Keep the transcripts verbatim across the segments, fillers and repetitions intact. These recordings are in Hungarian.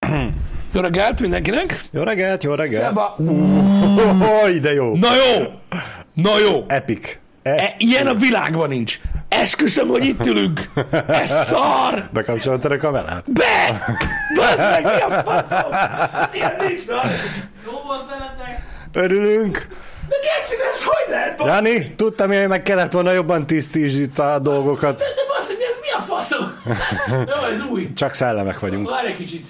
Jó reggelt mindenkinek! Jó reggelt, jó reggelt! Szeba! Uh, de jó! Na jó! Na jó! Epic! E, ilyen a világban nincs. Esküszöm, hogy itt ülünk. Ez szar! Bekapcsoltad a kamerát? Be! Bazd meg, mi a faszom? Hát ilyen nincs, na! Jó volt veletek? Örülünk! De Geci, de ez hogy lehet, bazd? Jani, tudtam, hogy meg kellett volna jobban tisztítsd itt a dolgokat. De, de bazd meg, ez mi a faszom? Jó, ez új. Csak szellemek vagyunk. Várj egy kicsit.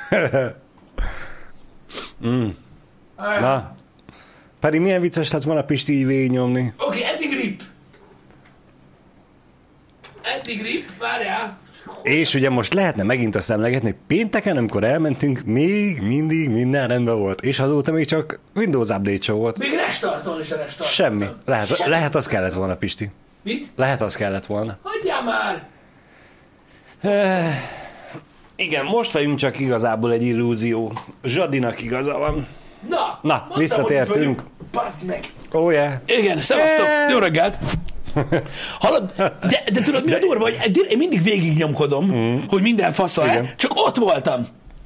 mm. Na, pedig milyen vicces lett volna Pisti így végignyomni. Oké, okay, eddig rip. Eddig rip, várjál. És ugye most lehetne megint azt emlegetni, hogy pénteken, amikor elmentünk, még mindig minden rendben volt. És azóta még csak Windows Update show volt. Még restartolni se restartoltam. Semmi. Lehet, Semmi. lehet az kellett volna, Pisti. Mit? Lehet az kellett volna. Hagyjál már! Eh, igen, most vagyunk csak igazából egy illúzió. Zsadinak igaza van. Na, Na, mondtam, visszatértünk. Bazd meg! Oh yeah. Igen, szevasztok! Eh. Jó reggelt! Hallod, de, de tudod, mi a durva, hogy én mindig végignyomkodom, mm. hogy minden faszal, csak ott voltam.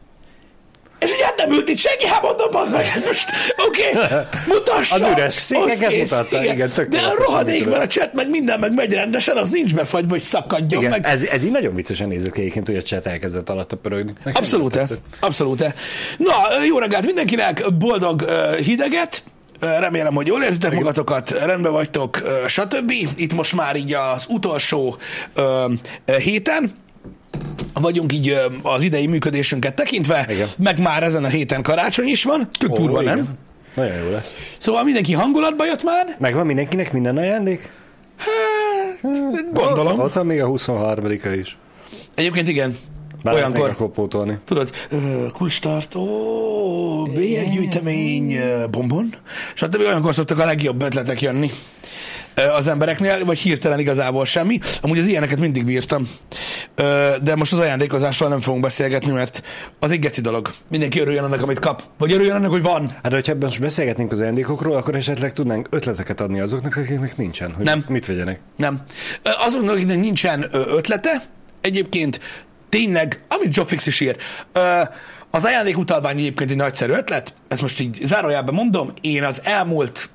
És ugye hát nem ült itt senki, hát mondom, bazd meg, hát most oké, okay, mutassa. Az üres székeket mutatta, igen, igen de a rohadékban a chat, meg minden, meg megy rendesen, az nincs befagyva, hogy szakadjon igen, meg. Ez, ez így nagyon viccesen nézett ki egyébként, hogy a chat elkezdett alatta pörögni. Abszolút, abszolút. Na, jó reggelt mindenkinek, boldog uh, hideget. Remélem, hogy jól érzitek igen. magatokat, rendben vagytok, stb. Itt most már így az utolsó uh, héten vagyunk így az idei működésünket tekintve, igen. meg már ezen a héten karácsony is van, tök oh, durva, nem? Nagyon jó lesz. Szóval mindenki hangulatba jött már? Megvan mindenkinek minden ajándék? Hát, gondolom. Ott, ott van még a huszonharmadika is. Egyébként igen. Bár olyankor, akkor pótolni. Tudod, uh, kulcstart, ó, bélyeggyűjtemény, uh, bombon, stb. Olyankor szoktak a legjobb ötletek jönni uh, az embereknél, vagy hirtelen igazából semmi. Amúgy az ilyeneket mindig bírtam. Uh, de most az ajándékozásról nem fogunk beszélgetni, mert az egy geci dolog. Mindenki örüljön annak, amit kap. Vagy örüljön annak, hogy van. Hát, hogyha ebben most beszélgetnénk az ajándékokról, akkor esetleg tudnánk ötleteket adni azoknak, akiknek nincsen. Hogy nem. Mit vegyenek? Nem. Uh, azoknak, akiknek nincsen uh, ötlete, egyébként tényleg, amit Joe Fix is ír, az ajándékutalvány egyébként egy nagyszerű ötlet, ezt most így zárójában mondom, én az elmúlt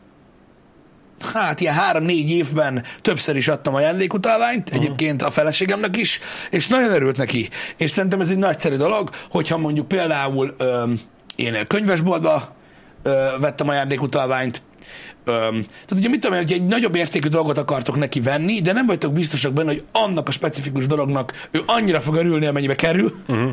hát ilyen három-négy évben többször is adtam ajándékutalványt, uh-huh. egyébként a feleségemnek is, és nagyon örült neki. És szerintem ez egy nagyszerű dolog, hogyha mondjuk például ö, én könyvesboltba ö, vettem ajándékutalványt, Öm, tehát ugye mit tudom én, hogy egy nagyobb értékű dolgot akartok neki venni, de nem vagytok biztosak benne, hogy annak a specifikus dolognak ő annyira fog örülni, amennyibe kerül, uh-huh.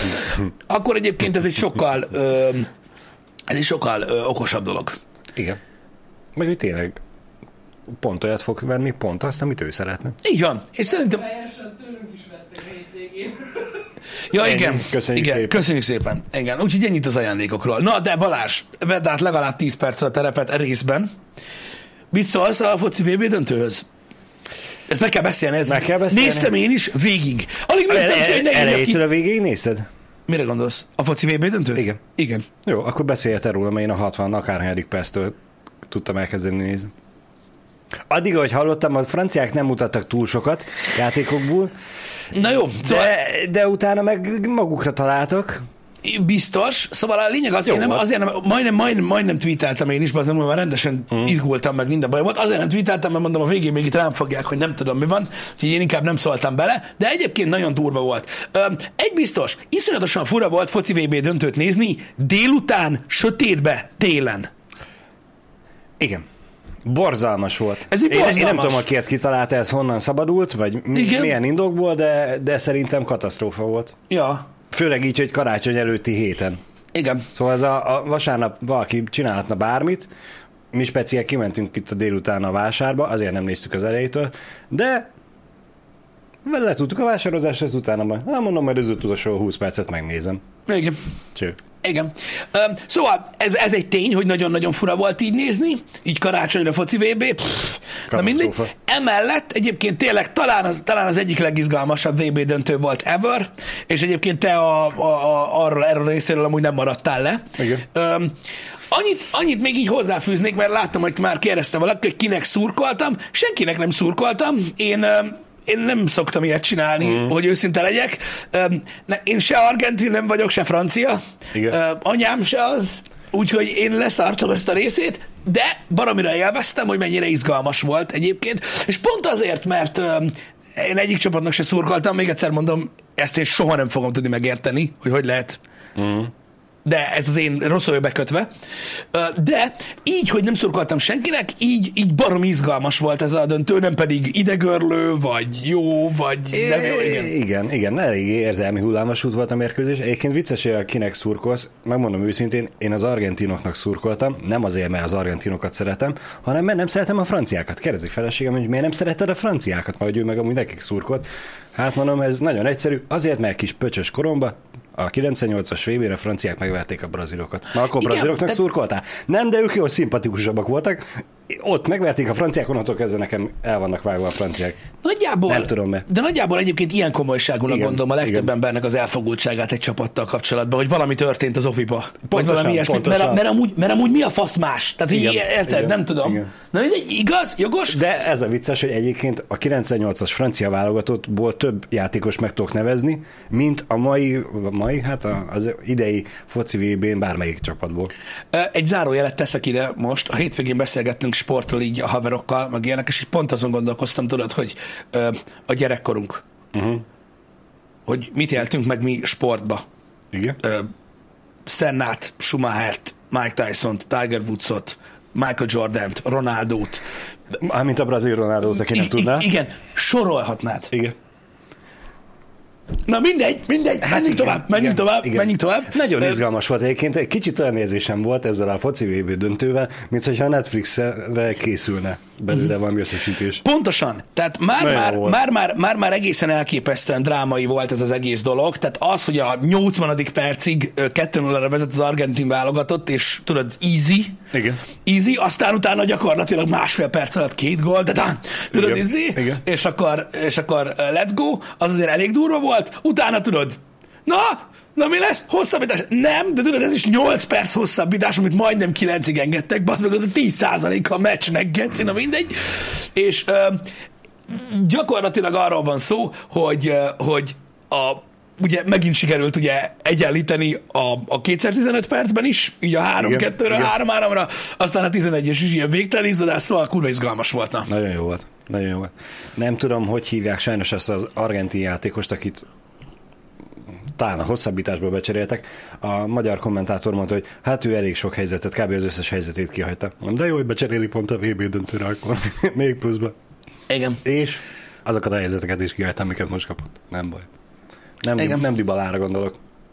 akkor egyébként ez egy sokkal öm, ez egy sokkal ö, okosabb dolog. Igen. Meg hogy tényleg pont olyat fog venni, pont azt, amit ő szeretne. Így van. És szerintem... Teljesen tőlünk is vettek hétvégén. Ja, ennyi. igen. Köszönjük igen. szépen. Köszönjük szépen. Igen. Úgyhogy ennyit az ajándékokról. Na, de Balázs, vedd át legalább tíz percre a terepet részben. Mit szólsz a foci vé bé döntőhöz? Ezt meg kell beszélni. Ez meg kell beszélni. Néztem én is végig. Alig El, néztem, el, hogy ne elejétől a végéig nézted? Mire gondolsz? A foci vé bé döntőt? Igen. Igen. Jó, akkor beszéljetek róla, mert én a hatvan akárhányadik perctől tudtam elkezdeni nézni. Addig, ahogy hallottam, a franciák nem mutattak túl sokat játékokból. Na jó, szóval... De, de utána meg magukra találtak. Biztos. Szóval a lényeg az, én nem, azért nem, majdnem, majdnem, majdnem tweeteltem én is, mert már rendesen mm. izgultam, meg minden baj volt. Azért nem tweeteltem, mert mondom, a végén még itt rám fogják, hogy nem tudom, mi van, úgyhogy én inkább nem szóltam bele, de egyébként nagyon durva volt. Egy biztos, iszonyatosan fura volt foci vé bé döntőt nézni délután, sötétbe, télen. Igen. Borzalmas volt. Ez így borzalmas. Én, én nem tudom, aki ezt kitalálta, ez honnan szabadult, vagy igen. milyen indokból, de, de szerintem katasztrófa volt. Ja. Főleg így, hogy karácsony előtti héten. Igen. Szóval ez a, a vasárnap valaki csinálhatna bármit, mi speciál kimentünk itt a délután a vásárba, azért nem néztük az elejétől, de letudtuk a vásározást, ezt utána majd, hát mondom, majd az utolsó húsz percet megnézem. Igen. Cső. Igen. Szóval ez, ez egy tény, hogy nagyon-nagyon fura volt így nézni, így karácsonyra foci vé bé. Pff, na mindegy. Emellett egyébként tényleg talán az, talán az egyik legizgalmasabb vé bé döntő volt ever, és egyébként te a, a, a, arról, erről a részéről amúgy nem maradtál le. Igen. Um, Annyit, annyit még így hozzáfűznék, mert láttam, hogy már kérdezte valaki, hogy kinek szurkoltam. Senkinek nem szurkoltam. Én... én nem szoktam ilyet csinálni, mm. hogy őszinte legyek. Öm, ne, én se argentin nem vagyok, se francia. Öm, anyám se az. Úgyhogy én leszartam ezt a részét, de baromira élveztem, hogy mennyire izgalmas volt egyébként. És pont azért, mert öm, én egyik csapatnak se szurkoltam, még egyszer mondom, ezt én soha nem fogom tudni megérteni, hogy hogy lehet. Mm. De ez az én rosszul bekötve. De így, hogy nem szurkoltam senkinek, így, így barom izgalmas volt ez a döntő, nem pedig idegörlő, vagy jó, vagy nem jó. Igen, igen, igen eléggé érzelmi hullámos út volt a mérkőzés. Egyébként vicces, hogy kinek szurkolsz, megmondom őszintén, én az argentinoknak szurkoltam, nem azért, mert az argentinokat szeretem, hanem mert nem szeretem a franciákat. Kérdezik feleségem, hogy miért nem szereted a franciákat, majd ő meg amúgy nekik szurkolt. Hát mondom, ez nagyon egyszerű, azért, mert kis pöcsös koromba a kilencvennyolcas vé bén a franciák megverték a brazilokat. Na akkor igen, braziloknak te... szurkoltál? Nem, de ők jól szimpatikusabbak voltak. Ott megverték a franciák, onnantól kezdve nekem el vannak vágva a franciák. Nagyjából, nem tudom be. De nagyjából egyébként ilyen komolyságúnak igen, gondolom a legtöbb igen. embernek az elfogultságát egy csapattal kapcsolatban, hogy valami történt az ofiba. Vagy valami ilyesmi. Mert, mert, amúgy, mert amúgy mi a fasz más? Tehát, hogy érted, igen, nem tudom. Igen. Na, igaz? Jogos? De ez a vicces, hogy egyébként a kilencvennyolcas francia válogatottból több játékos meg tudok nevezni, mint a mai, a mai hát az idei foci vé bén bármelyik csapatból. Egy zárójelet teszek ide most. A hétvégén beszélgettünk sportról így a haverokkal, meg ilyenek, és így pont azon gondolkoztam, tudod, hogy ö, a gyerekkorunk. Uh-huh. Hogy mit éltünk meg mi sportba. Igen. Ö, Sennát, Schumachert, Mike Tyson-t, Tiger Woods-ot, Michael Jordant, Ronaldót. Mint a brazil Ronaldót, aki nem I- tudná. Igen, sorolhatnád. Igen. Na mindegy, mindegy, hát menjünk igen, tovább, menjünk igen, tovább, igen. menjünk tovább. Nagyon izgalmas volt egyébként, egy kicsit olyan érzésem volt ezzel a foci vé bé döntővel, mint hogyha a Netflixre készülne belőle uh-huh. valami összesítés. Pontosan, tehát már már, már, már, már, már egészen elképesztően drámai volt ez az egész dolog, tehát az, hogy a nyolcvanadik percig kettő nulla vezet az argentin válogatott, és tudod, easy, igen. easy, aztán utána gyakorlatilag másfél perc alatt két gól, de tán, tudod, igen. easy, igen. És, akkor, és akkor let's go, az azért elég durva volt. Utána tudod, na, na mi lesz? Hosszabbítás? Nem, de tudod, ez is nyolc perc hosszabbítás, amit majdnem kilencig engedtek, basz meg az a tíz százaléka a meccsnek, geci, na mindegy. És ö, gyakorlatilag arról van szó, hogy, ö, hogy a, ugye megint sikerült ugye egyenlíteni a, a kétszer-tizenöt percben is, így a három kettőre, három háromra, aztán a tizenegyes is ilyen végtelen izzadás, szóval kurva izgalmas volt. Na. Nagyon jó volt. Nagyon jó volt. Nem tudom, hogy hívják sajnos ezt az argentin játékost, akit talán a hosszabbításból becseréltek. A magyar kommentátor mondta, hogy hát ő elég sok helyzetet, kb. Az összes helyzetét kihagyta. De jó, hogy becseréli pont a vé bé döntőre akkor. Még pluszba. Igen. És azokat a helyzeteket is kihagyta, amiket most kapott. Nem baj. Nem, di- nem Dybalára gondolok.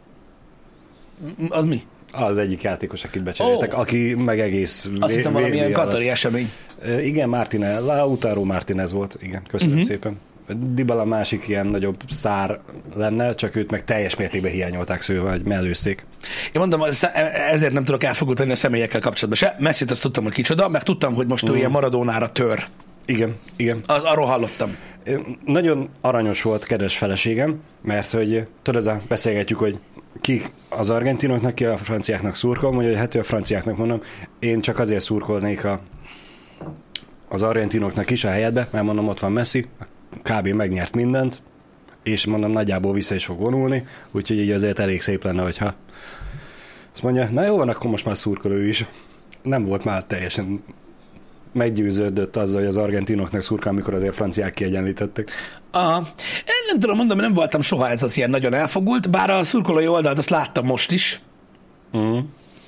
Az mi? Az egyik játékos, akit becseréltek, oh. aki meg egész... Azt hittem valamilyen katari esemény. Igen, Martinez, Lautaro Martinez volt, igen, köszönöm uh-huh. szépen. Dybala másik ilyen nagyobb sztár lenne, csak őt meg teljes mértékben hiányolták szőve, hogy mellőszék. Én mondom, ezért nem tudok elfogultani a személyekkel kapcsolatban se. Messit azt tudtam, hogy kicsoda, meg tudtam, hogy most uh-huh. ő ilyen Maradónára tör. Igen, igen. Ar- arról hallottam. Nagyon aranyos volt kedves feleségem, mert hogy tudod, ez a beszélgetjük, hogy ki az argentinoknak, ki a franciáknak szurkol, mondja, hogy hát ő a franciáknak mondom, én csak azért szurkolnék a, az argentinoknak is a helyedbe, mert mondom, ott van Messi, kb. Megnyert mindent, és mondom, nagyjából vissza is fog vonulni, úgyhogy így azért elég szép lenne, hogyha azt mondja, na jó van, akkor most már szurkol ő is. Nem volt már teljesen meggyőződött azzal, hogy az argentinoknak szurkál, amikor azért franciák kiegyenlítettek. Aha. Én nem tudom mondani, nem voltam soha ez az ilyen nagyon elfogult, bár a szurkolói oldalt azt láttam most is. Uh-huh.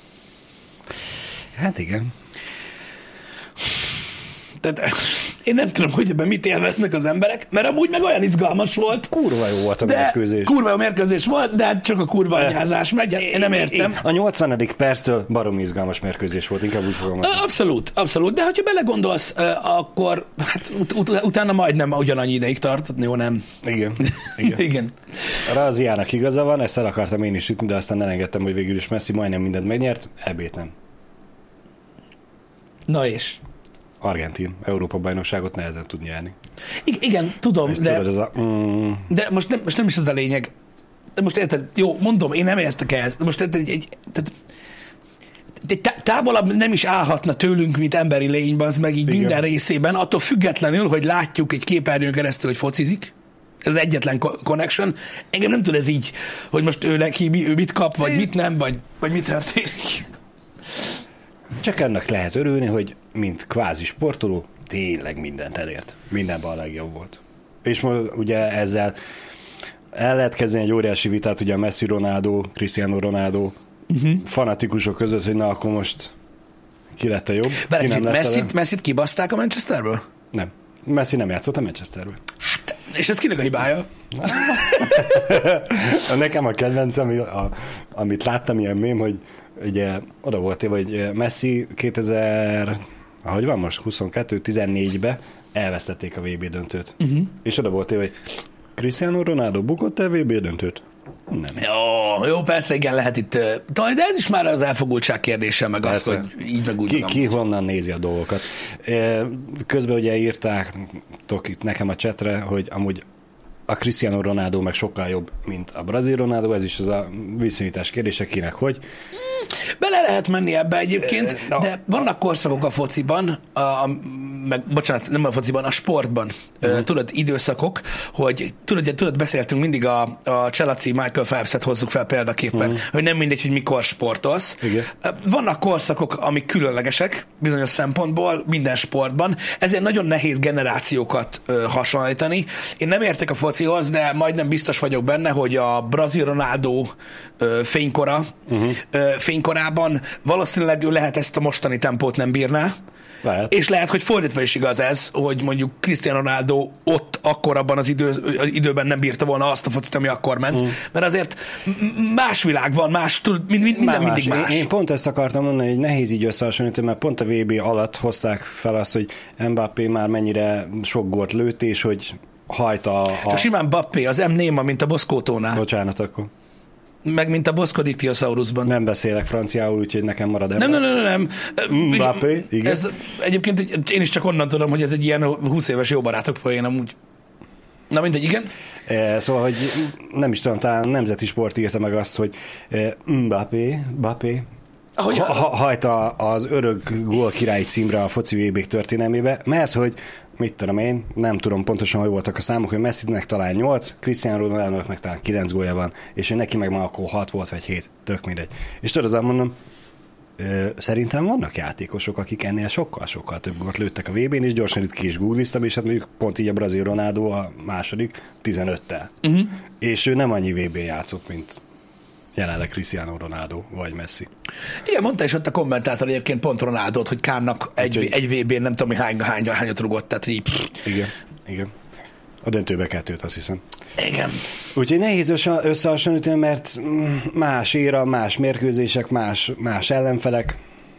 Hát igen. Tehát én nem tudom, hogy ebben mit élveznek az emberek, mert amúgy meg olyan izgalmas volt. Kurva jó volt a mérkőzés. Kurva jó mérkőzés volt, de hát csak a kurva anyázás megy, én nem értem. A nyolcvanadik perctől baromi izgalmas mérkőzés volt, inkább úgy fogom mondani. Abszolút, abszolút, de hogyha belegondolsz, akkor hát ut- ut- utána majdnem ugyanannyi ideig tartott, jó nem? Igen. Igen. Igen. A Raziának igaza van, ezt el akartam én is ütni, de aztán elengedtem, hogy végül is Messi majdnem mindent megnyert, ebét nem. Na és? Argentin Európa-bajnokságot nehezen tud nyerni. I- igen, tudom, de, tudod, a, mm... de most, nem, most nem is az a lényeg. De most érted, jó, mondom, én nem értek ehhez, de most érted, egy, egy, tehát tá- távolabb nem is állhatna tőlünk, mint emberi lényben, az meg így Igen. minden részében, attól függetlenül, hogy látjuk egy képernyőn keresztül, hogy focizik. Ez az egyetlen co- connection. Engem nem tud ez így, hogy most ő neki mi- ő mit kap, vagy mit nem, vagy, vagy mit történik. Csak ennek lehet örülni, hogy mint kvázi sportoló tényleg mindent elért. Mindenben a legjobb volt. És most ugye ezzel el lehet kezdeni egy óriási vitát, ugye a Messi, Ronaldo, Cristiano Ronaldo uh-huh. fanatikusok között, hogy na akkor most ki lett a jobb. Várj, ki nem lett a Messit, le- Messit kibaszták a Manchesterből? Nem. Messi nem játszott a Manchesterben. Hát, és ez kinek a hibája? Nekem a kedvencem, a, amit láttam ilyen mém, hogy ugye oda volt, hogy Messi kétezer, ahogy van most, huszonkettő tizennégybe elvesztették a vé bé döntőt. Uh-huh. És oda volt, hogy Cristiano Ronaldo bukott el vé bé döntőt? Nem. Jó, jó, persze, igen, lehet itt uh, talán, de ez is már az elfogultság kérdése, meg az, Persze. hogy így meg úgy. Ki, meg ki honnan nézi a dolgokat. E, Közben ugye írtátok itt nekem a chatre, hogy amúgy a Cristiano Ronaldo meg sokkal jobb, mint a brazil Ronaldo, ez is az a viszonyítás kérdése, kinek hogy. Bele lehet menni ebbe egyébként, No. de vannak korszakok a fociban, a, a, meg bocsánat, nem a fociban, a sportban, uh-huh. tudod, időszakok, hogy tudod, tudod, beszéltünk mindig a, a Chelaci Michael Phelpset hozzuk fel példaképpen, uh-huh. hogy nem mindegy, hogy mikor sportolsz. Igen. Vannak korszakok, amik különlegesek bizonyos szempontból minden sportban, ezért nagyon nehéz generációkat ö, hasonlítani. Én nem értek a focihoz, de majdnem biztos vagyok benne, hogy a brazil Ronaldo ö, fénykora, uh-huh. ö, fénykorában valószínűleg ő lehet ezt a mostani tempót nem bírná, Lehet. és lehet, hogy fordítva is igaz ez, hogy mondjuk Cristiano Ronaldo ott akkor abban az, idő, az időben nem bírta volna azt a focit, ami akkor ment, mm. mert azért m- más világ van, más, tud- mind, mind, minden Már mindig más. Én, én pont ezt akartam mondani, hogy nehéz így összehasonlítani, mert pont a vé bé alatt hozták fel azt, hogy Mbappé már mennyire sok gólt lőtt, és hogy hajt a... a... Csak simán Mbappé, az M Néma, mint a Boszkótónál, Bocsánat, akkor. meg mint a Boszkó Dictyosaurusban. Nem beszélek franciául, úgyhogy nekem marad Nem, nem, nem, nem. nem. Mbappé, igen. Ez, egyébként egy- én is csak onnan tudom, hogy ez egy ilyen húsz éves jó barátok poén amúgy. Na mindegy, igen. E, szóval, hogy nem is tudom, talán nemzeti sport írta meg azt, hogy e, Mbappé, Mbappé Ahogy ha, ha, hajt a, az örök gól királyi címre a foci vé bék történelmébe, mert hogy mit tudom én, nem tudom pontosan, hogy voltak a számok, hogy Messinek talán nyolc, Cristiano Ronaldo meg talán kilenc gólja van, és neki meg már akkor hat volt, vagy hét, tök mindegy. És tudod, azt mondom, ö, szerintem vannak játékosok, akik ennél sokkal-sokkal több gólt lőttek a vé bén, és gyorsan itt ki is googliztam, és hát mondjuk pont így a brazil Ronaldo a második tizenöttel. Uh-huh. És ő nem annyi vé bén játszott, mint jelenleg Cristiano Ronaldo vagy Messi. Igen, mondta is ott a kommentátor egyébként pont Ronaldot, hogy Kárnak egy, Úgyhogy- egy vé bén nem tudom, hogy hány, hány, hányat rugott, tehát így, pff, Igen, igen. A döntőbe kettőt, azt hiszem. igen. Úgyhogy nehéz össze- összehasonlítani, mert mm, más éra, más mérkőzések, más, más ellenfelek.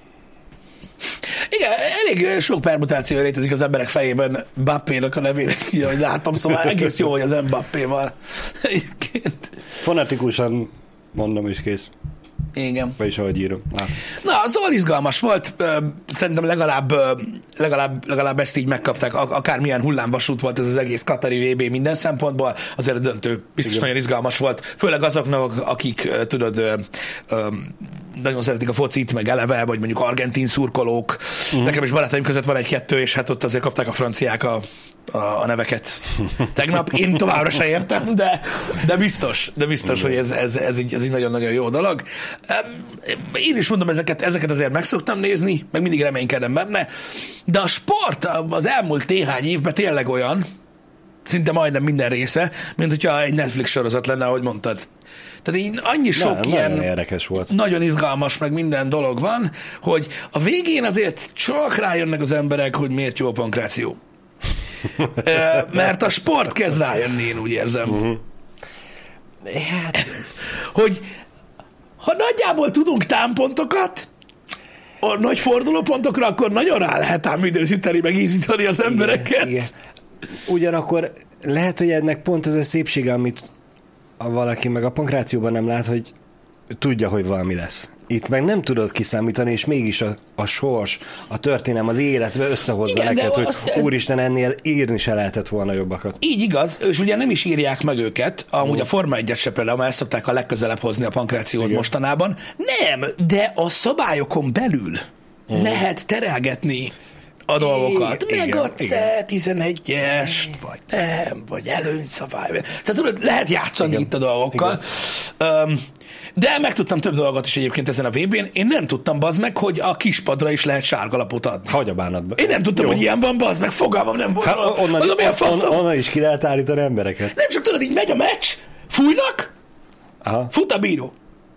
Igen, elég sok permutáció létezik az emberek fejében Mbappénak a nevének, így, ahogy látom, szóval egész jó, hogy az Mbappéval egyébként. Fanatikusan mondom is kész. Igen. Vagyis ahogy írom. Ah. Na, szóval izgalmas volt, Ö, szerintem legalább, ö, legalább, legalább ezt így megkapták, Ak- akármilyen hullámvasút volt ez az egész katari vé bé minden szempontból, azért a döntő biztos Igen. nagyon izgalmas volt, főleg azoknak, akik ö, tudod, ö, ö, nagyon szeretik a focit, meg eleve, vagy mondjuk argentin szurkolók. Uh-huh. Nekem is barátaim között van egy-kettő, és hát ott azért kapták a franciák a, a, a neveket tegnap. Én továbbra se értem, de, de biztos, de biztos, hogy ez, ez, ez, így, ez így nagyon-nagyon jó dolog. Én is mondom, ezeket, ezeket azért meg szoktam nézni, meg mindig reménykedem benne, de a sport az elmúlt néhány évben tényleg olyan, szinte majdnem minden része, mint hogyha egy Netflix sorozat lenne, ahogy mondtad. Tehát így annyi sok Na, ilyen nagyon érdekes volt. nagyon izgalmas, meg minden dolog van, hogy a végén azért csak rájönnek az emberek, hogy miért jó a pankráció. Ö, Mert a sport kezd rájönni, én úgy érzem. Uh-huh. Hát, hogy ha nagyjából tudunk támpontokat, a nagy fordulópontokra, akkor nagyon rá lehet ám időzíteni, meg ízítani az embereket. Igen. Ugyanakkor lehet, hogy ennek pont ez a szépsége, amit a valaki meg a pankrációban nem lát, hogy tudja, hogy valami lesz. Itt meg nem tudod kiszámítani, és mégis a, a sors, a történelem, az életbe összehozza Igen, neked, de hogy azt- ez- úristen, ennél írni se lehetett volna jobbakat. Így igaz, és ugye nem is írják meg őket, amúgy a Forma egyet se például, mert ezt szokták a legközelebb hozni a pankrációhoz Igen. mostanában. Nem, de a szabályokon belül lehet terelgetni a dolgokat. igen, Meg a igen. C tizenegyest, vagy nem, vagy előnyszabály. Tehát tudod, lehet játszani Igen. itt a dolgokkal. Öm, de megtudtam több dolgot is egyébként ezen a vé bén. Én nem tudtam, bazd meg, hogy a kispadra is lehet sárgalapot adni. Hagy a bánatba. Én nem tudtam, Jó. hogy ilyen van, bazd meg, fogalmam nem volt. Hát, róla. onnan, Mondom, milyen on, faszom? onnan is ki lehet állítani embereket. Nem csak tudod, így megy a meccs, fújnak, Aha. fut a bíró.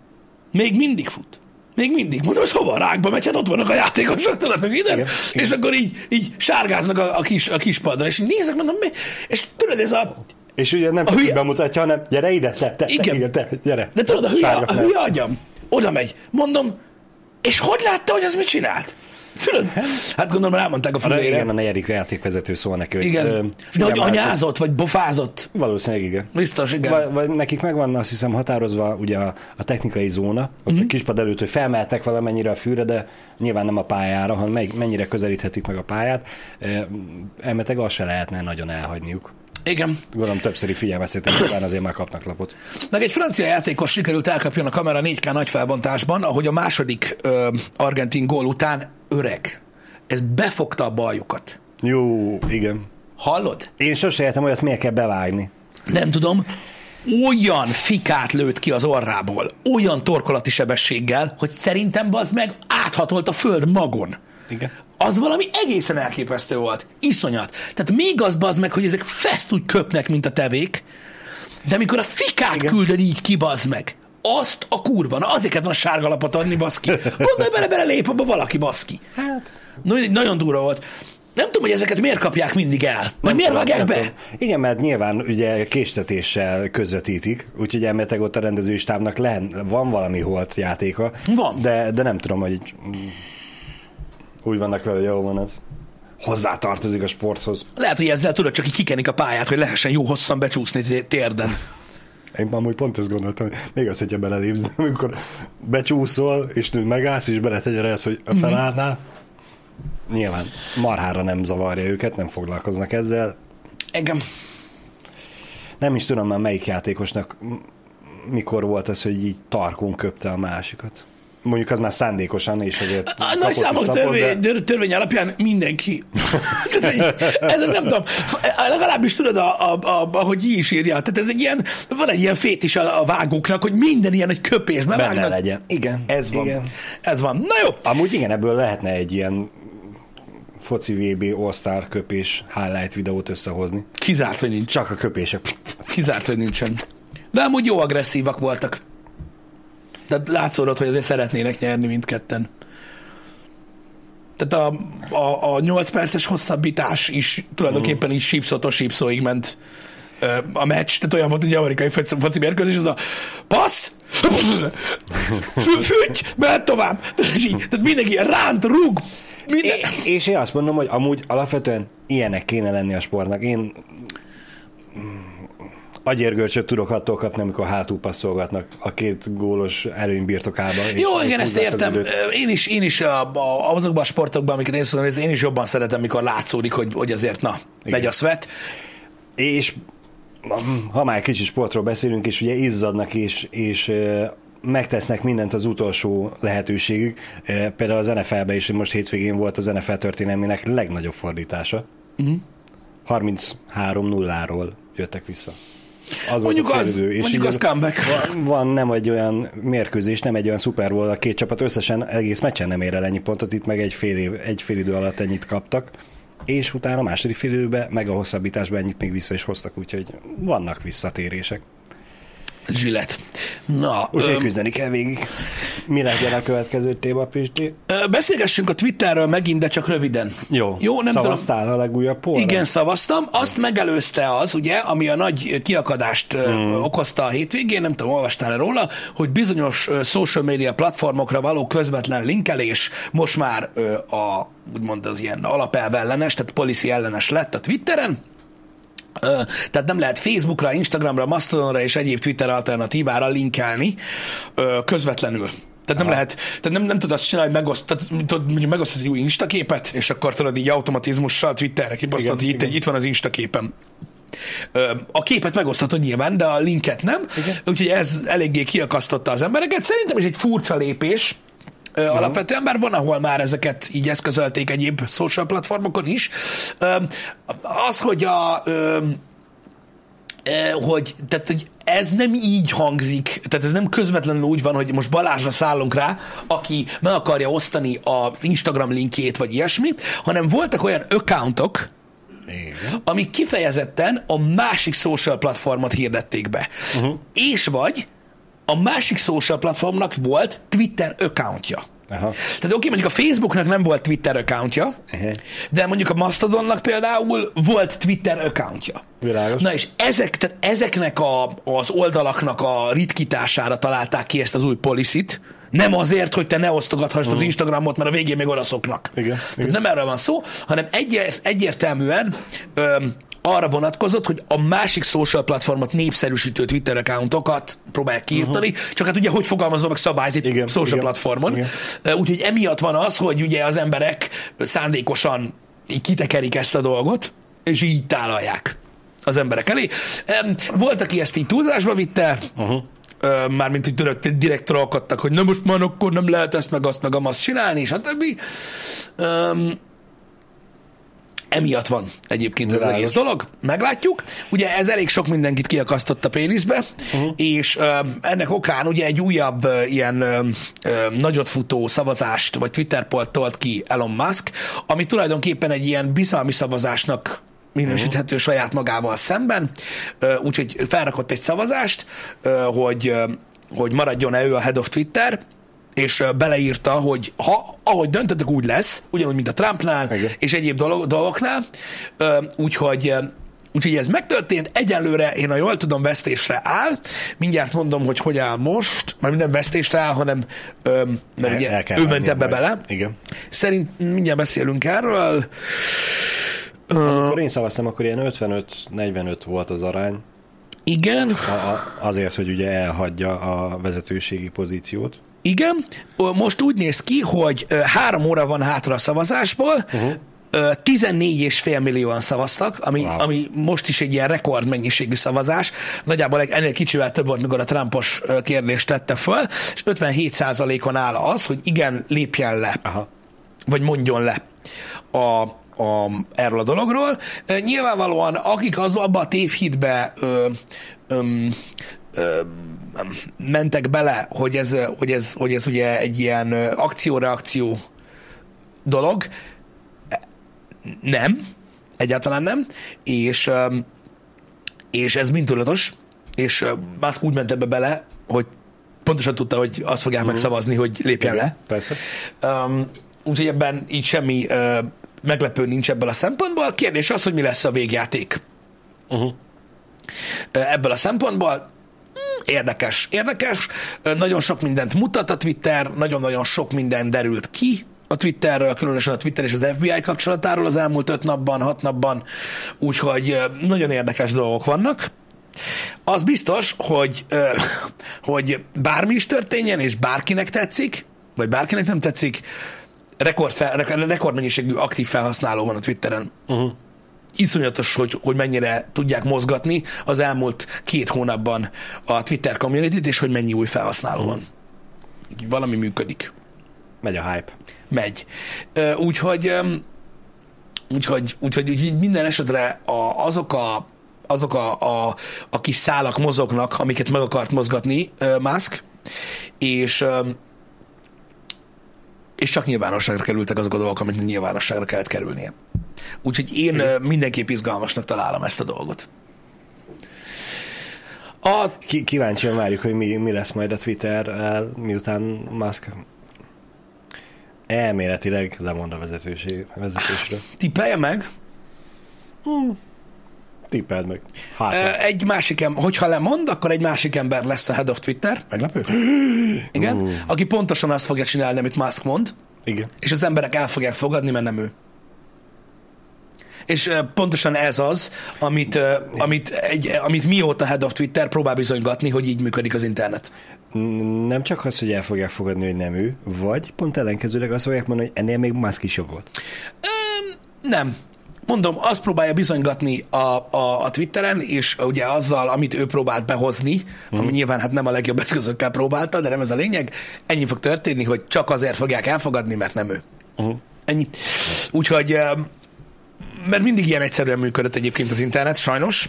Még mindig fut. Még mindig. Mondom, hogy hova a rákba megy, hát ott vannak a játékosok, tudod, meg ide. Igen, És igen. akkor így, így sárgáznak a, a, kis, a kis padra, és így nézek, mondom, mi? És tudod, ez a... És ugye nem csak hülye- hülye... bemutatja, hanem gyere ide, te, te, Igen. te, igen, te, gyere. De tudod, a hülye, Sárga a perc. hülye agyam, oda megy. Mondom, és hogy látta, hogy az mit csinált? Tudod? Hát gondolom, elmondták a A, igen, fülére. a negyedik játékvezető szól neki, hogy... Igen. ö, De hogy figyelj már, ez- anyázott, vagy bofázott. Valószínűleg igen. Biztos, igen. Vagy, vagy nekik megvan, azt hiszem, határozva ugye a, a technikai zóna, ott Mhm. uh-huh. a kispad előtt, hogy felmehetnek valamennyire a fűre, de nyilván nem a pályára, hanem mely- mennyire közelíthetik meg a pályát. E, Elmeteg azt se lehetne nagyon elhagyniuk. Igen. Gondolom többszöri figyelmeztetés után azért már kapnak lapot. Meg egy francia játékos sikerült elkapjon a kamera négy ká nagy felbontásban, ahogy a második ö, argentin gól után öreg. Ez befogta a bajukat. Jó, igen. Hallod? Én sose értem, hogy azt miért kell bevágni. Nem tudom. Olyan fikát lőtt ki az orrából, olyan torkolati sebességgel, hogy szerintem bazd meg áthatolt a föld magon. Igen. Az valami egészen elképesztő volt. Iszonyat. Tehát még az bazd meg, hogy ezek fest úgy köpnek, mint a tevék, de amikor a fikát Igen. küldöd így ki, bazd meg, azt a kurva, na azért kellett volna sárga lapot adni, baszki. Gondolj bele, bele lép abba valaki, baszki. Hát, No, nagyon durva volt. Nem tudom, hogy ezeket miért kapják mindig el. Vagy miért vágják nem be? tudom. Igen, mert nyilván ugye késtetéssel közvetítik, úgyhogy elméletileg ott a rendezői stábnak len, van valami holt játéka. Van. De, de nem tudom, hogy mm, úgy vannak vele, hogy jó van ez. Hozzátartozik a sporthoz. Lehet, hogy ezzel tudod, csak így kikenik a pályát, hogy lehessen jó hosszan becsúszni té- térden. Én már amúgy pont ezt gondoltam, hogy még az, hogyha belelépsz, de amikor becsúszol, és nő megállsz, és beletegyed ezt, hogy felállnál, nyilván marhára nem zavarja őket, nem foglalkoznak ezzel. Engem. Nem Nem is tudom már melyik játékosnak m- mikor volt az, hogy így tarkón köpte a másikat. Mondjuk az már szándékosan, és azért A kapott nagy is számok lapot, törvény, de- de... törvény alapján mindenki. Tehát így, ez nem tudom, legalábbis tudod, a, a, a, ahogy így is írja, tehát ez egy ilyen, van egy ilyen fétis a, a vágóknak, hogy minden ilyen egy köpésbe benne vágnak. legyen. Igen. Ez van. Igen. Ez van. Na jó. Amúgy igen, ebből lehetne egy ilyen foci vé bé All-Star köpés highlight videót összehozni. Kizárt, hogy nincs. Csak a köpések. Kizárt, hogy nincsen. De amúgy jó agresszívak voltak. Tehát látszódott, hogy azért szeretnének nyerni mindketten. Tehát a, a, a nyolc perces hosszabbítás is tulajdonképpen így sípszótól sípszóig ment ö, a meccs. Tehát olyan volt, hogy egy amerikai foci foci mérkőzés, az a passz, fü- füty, mehet tovább. Tehát, így, tehát mindenki ránt, rúg, minden. É- és én azt mondom, hogy amúgy alapvetően ilyenek kéne lenni a sportnak. Én agyérgörcsöt tudok attól kapni, amikor hátul passzolgatnak a két gólos előny birtokába. és Jó, igen, ezt húzzák az értem. időt. Én is, én is a, a, azokban a sportokban, amiket én szoktam nézni, én is jobban szeretem, mikor látszódik, hogy, hogy azért, na, Igen. megy a szvet. És ha már kicsi sportról beszélünk, és ugye izzadnak, és, és ö, megtesznek mindent az utolsó lehetőségig. Ö, Például az en ef el-ben is, most hétvégén volt az en ef el történelmének legnagyobb fordítása. Uh-huh. harminchárom nulláról jöttek vissza. Az Mondjuk volt a az- félidő, és mondjuk így az comeback. Van, van nem egy olyan mérkőzés, nem egy olyan Super Bowl, a két csapat összesen egész meccsen nem ér el ennyi pontot, itt meg egy fél, év, egy fél idő alatt ennyit kaptak, és utána a második fél időben, meg a hosszabbításban ennyit még vissza is hoztak, úgyhogy vannak visszatérések. Zsillet. Na, Úgyhogy öm, küzdeni kell végig. Mi legyen a következő téma, Pisti? ö, beszélgessünk a Twitterről megint, de csak röviden. Jó, Jó, nem tudom. szavaztál a legújabb polra? Igen, szavaztam. Azt megelőzte az, ugye, ami a nagy kiakadást hmm. okozta a hétvégén, nem tudom, olvastál-e róla, hogy bizonyos ö, social media platformokra való közvetlen linkelés most már ö, a, úgymond az ilyen alapelv ellenes, tehát policy ellenes lett a Twitteren. Ö, tehát nem lehet Facebookra, Instagramra, Mastodonra és egyéb Twitter alternatívára linkelni ö, közvetlenül. Tehát Tehát nem lehet, tehát nem, nem tudod azt csinálni, hogy megoszt, tehát, tudod, mondjuk megosztasz egy új Insta képet, és akkor tudod így automatizmussal Twitterre kiposztod, hogy itt, itt van az Insta képem. A képet megoszthatod nyilván, de a linket nem. Igen. Úgyhogy ez eléggé kiakasztotta az embereket. Szerintem is egy furcsa lépés, Uh, alapvetően, bár van, ahol már ezeket így eszközölték egyéb social platformokon is. Uh, az, hogy a uh, uh, hogy, tehát, hogy ez nem így hangzik, tehát ez nem közvetlenül úgy van, hogy most Balázsra szállunk rá, aki meg akarja osztani az Instagram linkjét, vagy ilyesmi, hanem voltak olyan accountok, igen, amik kifejezetten a másik social platformot hirdették be. Uh-huh. És vagy a másik social platformnak volt Twitter accountja. Aha. Tehát oké, mondjuk a Facebooknak nem volt Twitter accountja, uh-huh, de mondjuk a Mastodonnak például volt Twitter accountja. Világos. Na és ezek, tehát ezeknek a, az oldalaknak a ritkítására találták ki ezt az új policy-t, nem azért, hogy te ne osztogathassd uh-huh. az Instagramot, mert a végén még olaszoknak. Igen, igen. Nem erről van szó, hanem egyért, egyértelműen öm, arra vonatkozott, hogy a másik social platformot népszerűsítő Twitter accountokat próbálják kiírtani, uh-huh. csak hát ugye hogy fogalmazom meg szabályt egy igen, social igen, platformon. Igen. Úgyhogy emiatt van az, hogy ugye az emberek szándékosan így kitekerik ezt a dolgot, és így tálalják az emberek elé. Volt, aki ezt így túlzásba vitte, uh-huh. mármint, hogy direkt, direkt trollkodtak, hogy na most már akkor nem lehet ezt, meg azt, meg azt csinálni, és a többi. Um, emiatt van egyébként ez az egész dolog. Meglátjuk. Ugye ez elég sok mindenkit kiakasztott a péniszbe, uh-huh. és um, ennek okán ugye egy újabb uh, ilyen um, um, nagyotfutó szavazást, vagy Twitter pollt tolt ki Elon Musk, ami tulajdonképpen egy ilyen bizalmi szavazásnak minősíthető uh-huh. saját magával szemben, úgyhogy felrakott egy szavazást, hogy, hogy maradjon-e ő a head of Twitter, és beleírta, hogy ha, ahogy döntöttek, úgy lesz, ugyanúgy, mint a Trumpnál, igen, és egyéb dolog, dolgoknál, úgyhogy, úgyhogy ez megtörtént, egyelőre én, ha jól tudom, vesztésre áll, mindjárt mondom, hogy hogy áll most, mert nem vesztésre áll, hanem mert ugye, ő ment ebbe bele. Igen. Szerint mindjárt beszélünk erről. Amikor én szavaztam, akkor ilyen ötvenöt negyvenöt volt az arány. Igen. A, a, azért, hogy ugye elhagyja a vezetőségi pozíciót. Igen. Most úgy néz ki, hogy három óra van hátra a szavazásból, uh-huh. tizennégy és fél millióan szavaztak, ami, wow. ami most is egy ilyen rekordmennyiségű szavazás. Nagyjából ennél kicsivel több volt, mikor a Trumpos kérdést tette föl, és ötvenhét százalékon áll az, hogy igen, lépjen le. Aha. Vagy mondjon le a A, erről a dologról. E, nyilvánvalóan, akik az abba a tévhitbe ö, ö, ö, mentek bele, hogy ez, hogy, ez, hogy ez ugye egy ilyen akció-reakció dolog, nem, egyáltalán nem, és, és ez mind tudatos, és Musk úgy ment ebbe bele, hogy pontosan tudta, hogy azt fogják uh-huh. megszavazni, hogy lépjen le. Persze. Um, úgyhogy ebben így semmi uh, meglepő nincs ebből a szempontból. A kérdés az, hogy mi lesz a végjáték. Uh-huh. Ebből a szempontból érdekes. Érdekes. Nagyon sok mindent mutat a Twitter, nagyon-nagyon sok minden derült ki a Twitterről, különösen a Twitter és az ef bé i kapcsolatáról az elmúlt öt napban, hat napban. Úgyhogy nagyon érdekes dolgok vannak. Az biztos, hogy, hogy bármi is történjen, és bárkinek tetszik, vagy bárkinek nem tetszik, rekord fel, rekordmennyiségű aktív felhasználó van a Twitteren. Uh-huh. Iszonyatos, hogy, hogy mennyire tudják mozgatni az elmúlt két hónapban a Twitter community-t, és hogy mennyi új felhasználó van. Valami működik. Megy a hype. Megy. Úgyhogy, úgyhogy, úgyhogy, úgyhogy minden esetre a, azok, a, azok a, a, a kis szálak mozognak, amiket meg akart mozgatni Musk, és és csak nyilvánosságra kerültek azok a dolgok, amit nyilvánosságra kellett kerülnie. Úgyhogy én Igen. mindenképp izgalmasnak találom ezt a dolgot. A... Ki, kíváncsian várjuk, hogy mi, mi lesz majd a Twitter, miután Musk elméletileg lemond a vezetőség, vezetésről. Tippelje meg? Hmm. Tippeld meg. Hát, egy másik ember, hogyha lemond, akkor egy másik ember lesz a head of Twitter. Meglepő? Igen. Uh. Aki pontosan azt fogja csinálni, amit Musk mond. Igen. És az emberek el fogják fogadni, mert nem ő. És pontosan ez az, amit, amit, egy, amit mióta head of Twitter próbál bizonygatni, hogy így működik az internet. Nem csak az, hogy el fogják fogadni, hogy nem ő, vagy pont ellenkezőleg azt fogják mondani, hogy ennél még Musk is jobb volt. Um, nem. Mondom, azt próbálja bizonygatni a, a, a Twitteren, és ugye azzal, amit ő próbált behozni, uh-huh. ami nyilván hát nem a legjobb eszközökkel próbálta, de nem ez a lényeg, ennyi fog történni, hogy csak azért fogják elfogadni, mert nem ő. Uh-huh. Ennyi. Úgyhogy, mert mindig ilyen egyszerűen működött egyébként az internet, sajnos.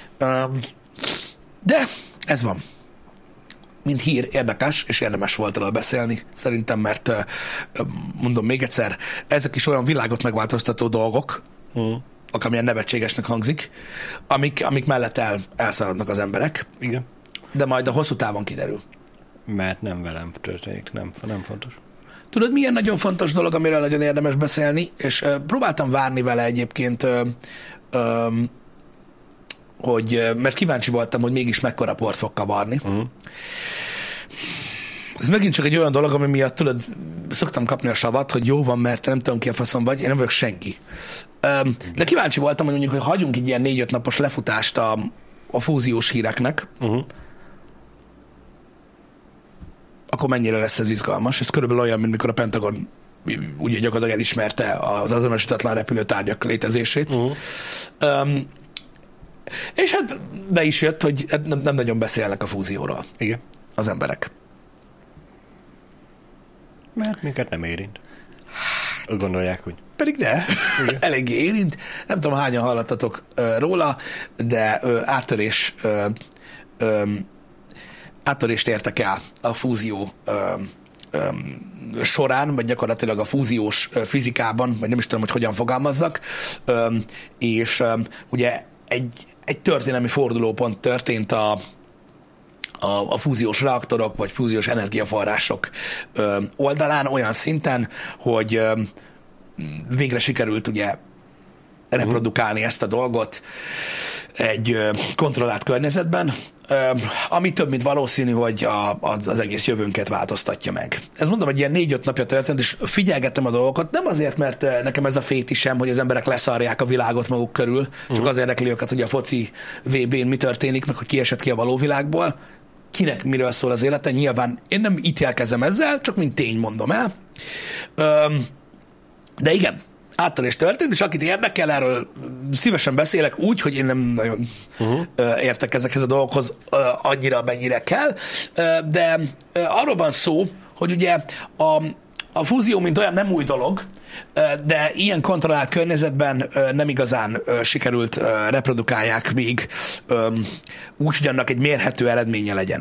De ez van. Mint hír, érdekes, és érdemes volt róla beszélni, szerintem, mert mondom még egyszer, ezek is olyan világot megváltoztató dolgok, uh-huh. amilyen nevetségesnek hangzik, amik, amik mellett el, elszaladnak az emberek. Igen. De majd a hosszú távon kiderül. Mert nem velem történik, nem, nem fontos. Tudod, milyen nagyon fontos dolog, amiről nagyon érdemes beszélni, és uh, próbáltam várni vele egyébként, uh, um, hogy, uh, mert kíváncsi voltam, hogy mégis mekkora port fog kavarni. Uh-huh. Ez megint csak egy olyan dolog, ami miatt tudod, szoktam kapni a savat, hogy jó van, mert nem tudom ki a faszom vagy, én nem vagyok senki. Um, de kíváncsi voltam, hogy mondjuk, hogy hagyjunk egy ilyen négy-öt napos lefutást a, a fúziós híreknek, uh-huh. akkor mennyire lesz ez izgalmas. Ez körülbelül olyan, mint mikor a Pentagon ugye gyakorlatilag elismerte az azonosítatlan repülőtárgyak létezését. Uh-huh. Um, és hát be is jött, hogy nem, nem nagyon beszélnek a fúzióról. Igen. Az emberek. Mert minket nem érint. Úgy gondolják, hogy... Pedig ne. Eléggé érint. Nem tudom, hányan hallottatok uh, róla, de uh, áttörés uh, um, áttörést értek el a fúzió um, um, során, vagy gyakorlatilag a fúziós uh, fizikában, vagy nem is tudom, hogy hogyan fogalmazzak, um, és um, ugye egy, egy történelmi fordulópont történt a, a, a fúziós reaktorok, vagy fúziós energiaforrások um, oldalán olyan szinten, hogy um, végre sikerült ugye reprodukálni ezt a dolgot egy kontrollált környezetben, ami több, mint valószínű, hogy a, az egész jövőnket változtatja meg. Ez mondom, hogy ilyen négy-öt napja történt, és figyelgettem a dolgokat, nem azért, mert nekem ez a fétisem, hogy az emberek leszarják a világot maguk körül, csak uh-huh. az érdekli őket, hogy a foci vé bén mi történik, meg hogy ki esett ki a való világból, kinek miről szól az élete. Nyilván én nem ítélkezem ezzel, csak mint tény mondom el. De igen, áttörés történt, és akit érdekel, erről szívesen beszélek úgy, hogy én nem nagyon uh-huh. értek ezekhez a dolgokhoz annyira, mennyire kell, de arról van szó, hogy ugye a, a fúzió, mint olyan nem új dolog, de ilyen kontrollált környezetben nem igazán sikerült reprodukálják még úgy, hogy annak egy mérhető eredménye legyen.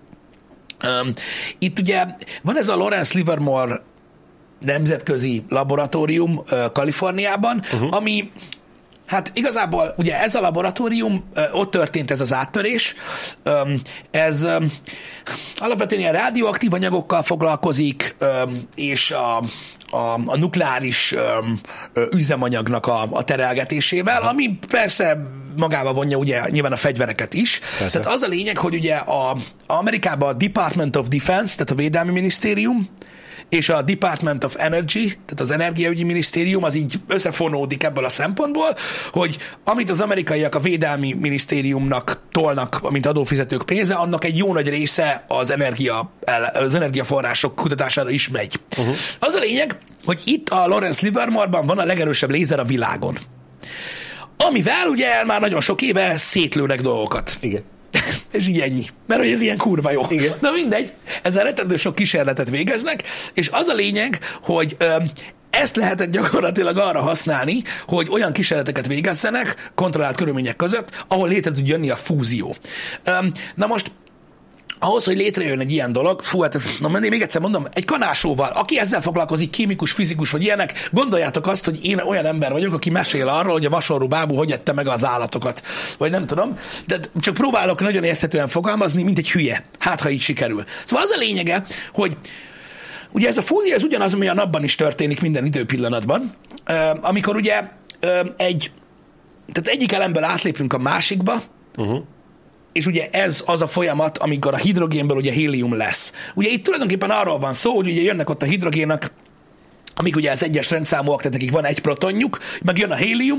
Itt ugye van ez a Lawrence Livermore nemzetközi laboratórium uh, Kaliforniában, uh-huh. ami, hát igazából ugye ez a laboratórium, uh, ott történt ez az áttörés, um, ez um, alapvetően ilyen rádióaktív anyagokkal foglalkozik, um, és a, a, a nukleáris um, üzemanyagnak a, a terelgetésével, uh-huh. ami persze magába vonja ugye nyilván a fegyvereket is. Persze. Tehát az a lényeg, hogy ugye a, Amerikában a Department of Defense, tehát a Védelmi Minisztérium, és a Department of Energy, tehát az Energiaügyi Minisztérium, az így összefonódik ebből a szempontból, hogy amit az amerikaiak a Védelmi Minisztériumnak tolnak, mint adófizetők pénze, annak egy jó nagy része az, energia, az energiaforrások kutatására is megy. Uh-huh. Az a lényeg, hogy itt a Lawrence Livermore-ban van a legerősebb lézer a világon. Amivel ugye már nagyon sok éve szétlőnek dolgokat. Igen. És így ennyi. Mert hogy ez ilyen kurva jó. Igen. Na mindegy, ezzel rettentő sok kísérletet végeznek, és az a lényeg, hogy ö, ezt lehetett gyakorlatilag arra használni, hogy olyan kísérleteket végezzenek kontrollált körülmények között, ahol létre tud jönni a fúzió. Ö, na most ahhoz, hogy létrejön egy ilyen dolog, fú, hát ez, na még egyszer mondom, egy kanásóval, aki ezzel foglalkozik, kémikus, fizikus vagy ilyenek, gondoljátok azt, hogy én olyan ember vagyok, aki mesél arról, hogy a vasorú bábú hogy ette meg az állatokat, vagy nem tudom, de csak próbálok nagyon érthetően fogalmazni, mint egy hülye, hát ha így sikerül. Szóval az a lényege, hogy ugye ez a fúzió, ez ugyanaz, ami a napban is történik minden időpillanatban, amikor ugye egy, tehát egyik elemből átlépünk a másikba, uh-huh. és ugye ez az a folyamat, amikor a hidrogénből ugye hélium lesz. Ugye itt tulajdonképpen arról van szó, hogy ugye jönnek ott a hidrogének, amik ugye az egyes rendszámúak, tehát nekik van egy protonjuk, meg jön a hélium,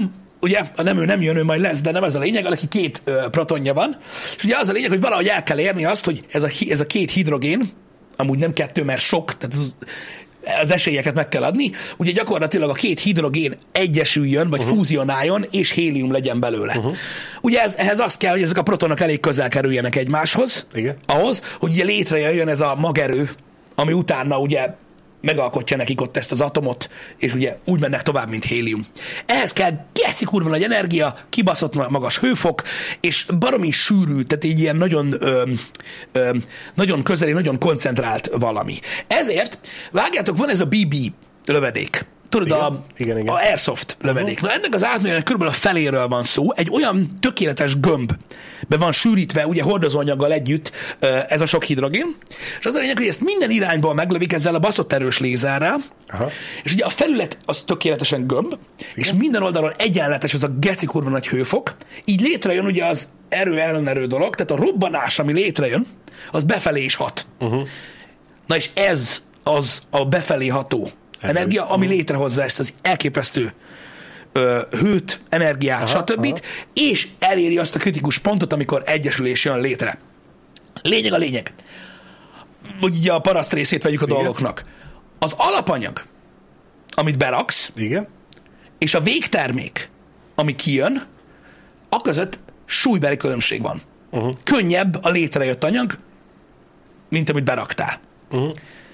ugye, nem ő nem jön, ő majd lesz, de nem ez a lényeg, neki két ö, protonja van, és ugye az a lényeg, hogy valahogy el kell érni azt, hogy ez a, ez a két hidrogén, amúgy nem kettő, mert sok, tehát ez, az esélyeket meg kell adni, ugye gyakorlatilag a két hidrogén egyesüljön, vagy uh-huh. fúzionáljon, és hélium legyen belőle. Uh-huh. Ugye ez, ehhez az kell, hogy ezek a protonok elég közel kerüljenek egymáshoz, igen. ahhoz, hogy ugye létrejöjjön ez a magerő, ami utána ugye megalkotja nekik ott ezt az atomot, és ugye úgy mennek tovább, mint hélium. Ehhez kell geci kurva nagy energia, kibaszott magas hőfok, és baromi sűrű, tehát így ilyen nagyon, ö, ö, nagyon közeli, nagyon koncentrált valami. Ezért, vágjátok, van ez a bé bé lövedék. Tudod, igen, a, igen, igen. a Airsoft lövedék. Uh-huh. Na ennek az átmérőnek körülbelül a feléről van szó. Egy olyan tökéletes gömbbe van sűrítve, ugye hordozóanyaggal együtt ez a sok hidrogén, és az a lényeg, hogy ezt minden irányból meglövik ezzel a baszott erős lézerrel, aha. és ugye a felület az tökéletesen gömb, igen. és minden oldalon egyenletes az a geci kurva nagy hőfok, így létrejön ugye az erő-ellenerő dolog, tehát a robbanás, ami létrejön, az befelé is hat. Uh-huh. Na és ez az a befelé ható energia, ami létrehozza ezt az elképesztő ö, hőt, energiát, aha, stb. Aha. És eléri azt a kritikus pontot, amikor egyesülés jön létre. Lényeg a lényeg. Hogy ugye a paraszt részét vegyük a igen. dolgoknak. Az alapanyag, amit beraksz, igen. és a végtermék, ami kijön, aközött súlybeli különbség van. Uh-huh. Könnyebb a létrejött anyag, mint amit beraktál. Uh-huh.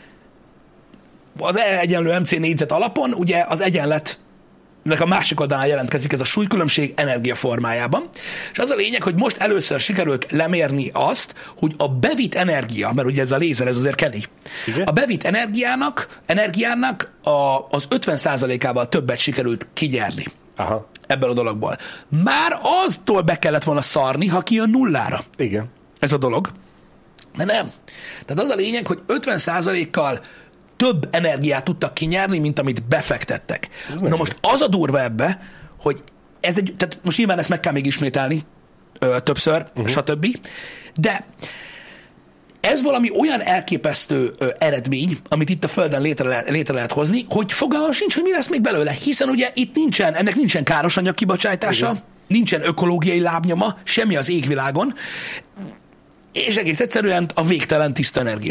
Az E egyenlő em cé négyzet alapon ugye az egyenletnek a másik oldalán jelentkezik ez a súlykülönbség energia formájában. És az a lényeg, hogy most először sikerült lemérni azt, hogy a bevitt energia, mert ugye ez a lézer, ez azért kemény, a bevitt energiának, energiának a, az ötven százalékával többet sikerült kigyerni. Aha. Ebből a dologból. Már aztól be kellett volna szarni, ha kijön nullára. Igen. Ez a dolog. De nem. Tehát az a lényeg, hogy ötven százalékkal több energiát tudtak kinyerni, mint amit befektettek. Ez Na most az a durva ebbe, hogy ez egy, tehát most nyilván ezt meg kell még ismételni ö, többször, uh-huh. stb. De ez valami olyan elképesztő ö, eredmény, amit itt a Földön létre, le, létre lehet hozni, hogy fogalmam sincs, hogy mi lesz még belőle. Hiszen ugye itt nincsen, ennek nincsen káros anyag kibocsátása, igen. nincsen ökológiai lábnyoma, semmi az égvilágon, és egész egyszerűen a végtelen tiszta energia.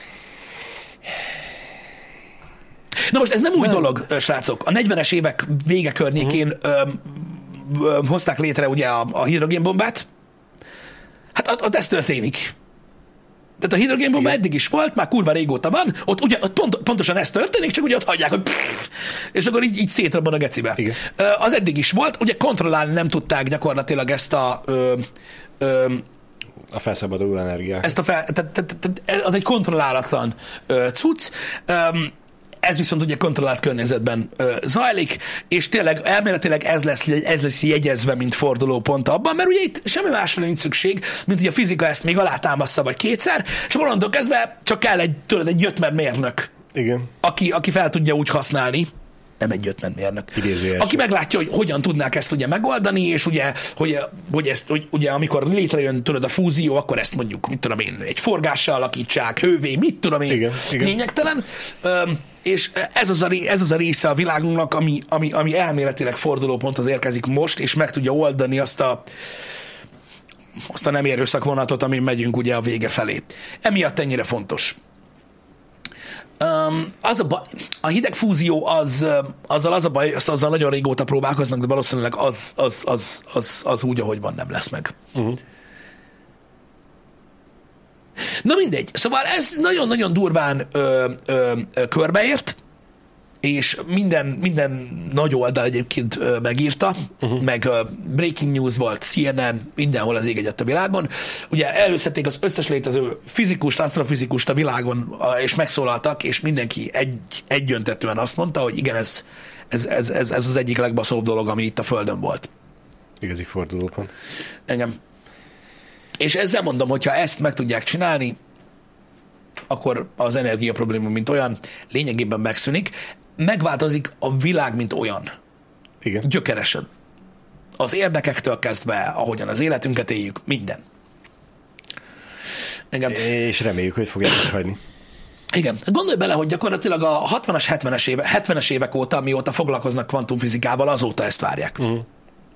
Na most ez nem új nem. dolog, srácok. A negyvenes évek vége környékén uh-huh. ö, ö, hozták létre ugye a, a hidrogénbombát. Hát ott, ott ez történik. Tehát a hidrogénbomba igen. eddig is volt, már kurva régóta van, ott, ugye, ott pont, pontosan ez történik, csak ugye ott hagyják, hogy pff, és akkor így, így szétrobban a gecibe. Igen. Az eddig is volt, ugye kontrollálni nem tudták gyakorlatilag ezt a... Ö, ö, a felszabaduló energiát. Ezt a fel, tehát, tehát, tehát az egy kontrollálatlan ö, cucc. Ö, Ez viszont ugye kontrollált környezetben ö, zajlik, és tényleg elméletileg ez lesz, ez lesz jegyezve, mint fordulópont abban, mert ugye itt semmi másra nincs szükség, mint hogy a fizika ezt még alátámaszza vagy kétszer, és onnantól kezdve csak kell egy, tudod, egy jöttmer mérnök, igen. Aki, aki fel tudja úgy használni, nem egy jöttmer mérnök, aki meglátja, hogy hogyan tudnák ezt ugye megoldani, és ugye, hogy, hogy ezt, hogy ugye amikor létrejön tudod a fúzió, akkor ezt mondjuk, mit tudom én, egy forgással alakítsák, hővé, mit tudom én, igen, igen. lényegtelen. Öm, és ez az, a, ez az a része a világunknak, ami, ami, ami elméletileg fordulóponthoz érkezik most, és meg tudja oldani azt a, azt a nem erőszakvonatot, amin megyünk ugye a vége felé. Emiatt ennyire fontos. Um, az a, baj, a hidegfúzió, az, azzal az a baj, azt azzal nagyon régóta próbálkoznak, de valószínűleg az, az, az, az, az úgy, ahogy van, nem lesz meg. Uh-huh. Na mindegy. Szóval ez nagyon-nagyon durván ö, ö, ö, körbeért, és minden, minden nagy oldal egyébként ö, megírta, uh-huh. meg ö, breaking news volt, cé en en, mindenhol az ég egyet a világon. Ugye előszedték az összes létező fizikust, asztrofizikust a világon, és megszólaltak, és mindenki egy, egyöntetően azt mondta, hogy igen, ez, ez, ez, ez, ez az egyik legbaszóbb dolog, ami itt a Földön volt. Igazi fordulópont. Engem. És ezzel mondom, hogyha ezt meg tudják csinálni, akkor az energia probléma, mint olyan, lényegében megszűnik. Megváltozik a világ, mint olyan. Igen. Gyökeresen. Az érdekektől kezdve, ahogyan az életünket éljük, minden. Engem. És reméljük, hogy fogják is hagyni. Igen. Gondolj bele, hogy gyakorlatilag a hatvanas, hetvenes, éve, hetvenes évek óta, mióta foglalkoznak kvantumfizikával, azóta ezt várják. Uh-huh.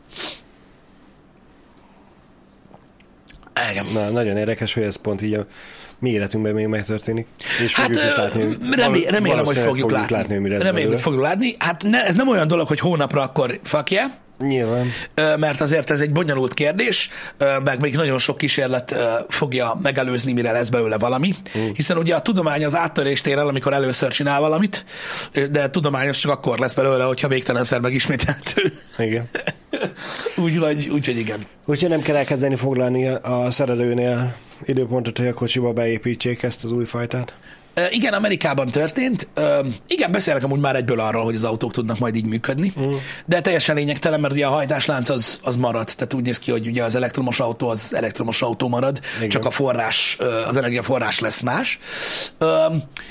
Igen. Na, nagyon érdekes, hogy ez pont így a mi életünkben még megtörténik. És Hát fogjuk is látni. remé- remélem, hogy fogjuk látni. látni hogy mi lesz remélem, hogy belőle. fogjuk látni. Hát ne, ez nem olyan dolog, hogy hónapra akkor fuck yeah, Nyilván. Ö, mert azért ez egy bonyolult kérdés, ö, meg még nagyon sok kísérlet ö, fogja megelőzni, mire lesz belőle valami, mm. hiszen ugye a tudomány az áttörést ér el, amikor először csinál valamit, ö, de tudományos csak akkor lesz belőle, hogyha végtelenszer megismételhető. Igen. Úgyhogy úgy, úgy, igen. Úgyhogy nem kell elkezdeni foglalni a a szerelőnél időpontot, hogy a kocsiba beépítsék ezt az új fajtát. Ö, igen, Amerikában történt. Ö, igen, beszélnek amúgy már egyből arról, hogy az autók tudnak majd így működni, mm. de teljesen lényegtelen, mert ugye a hajtáslánc az, az marad. Tehát úgy néz ki, hogy ugye az elektromos autó az elektromos autó marad, igen. csak a forrás, ö, az energiaforrás lesz más. Ö,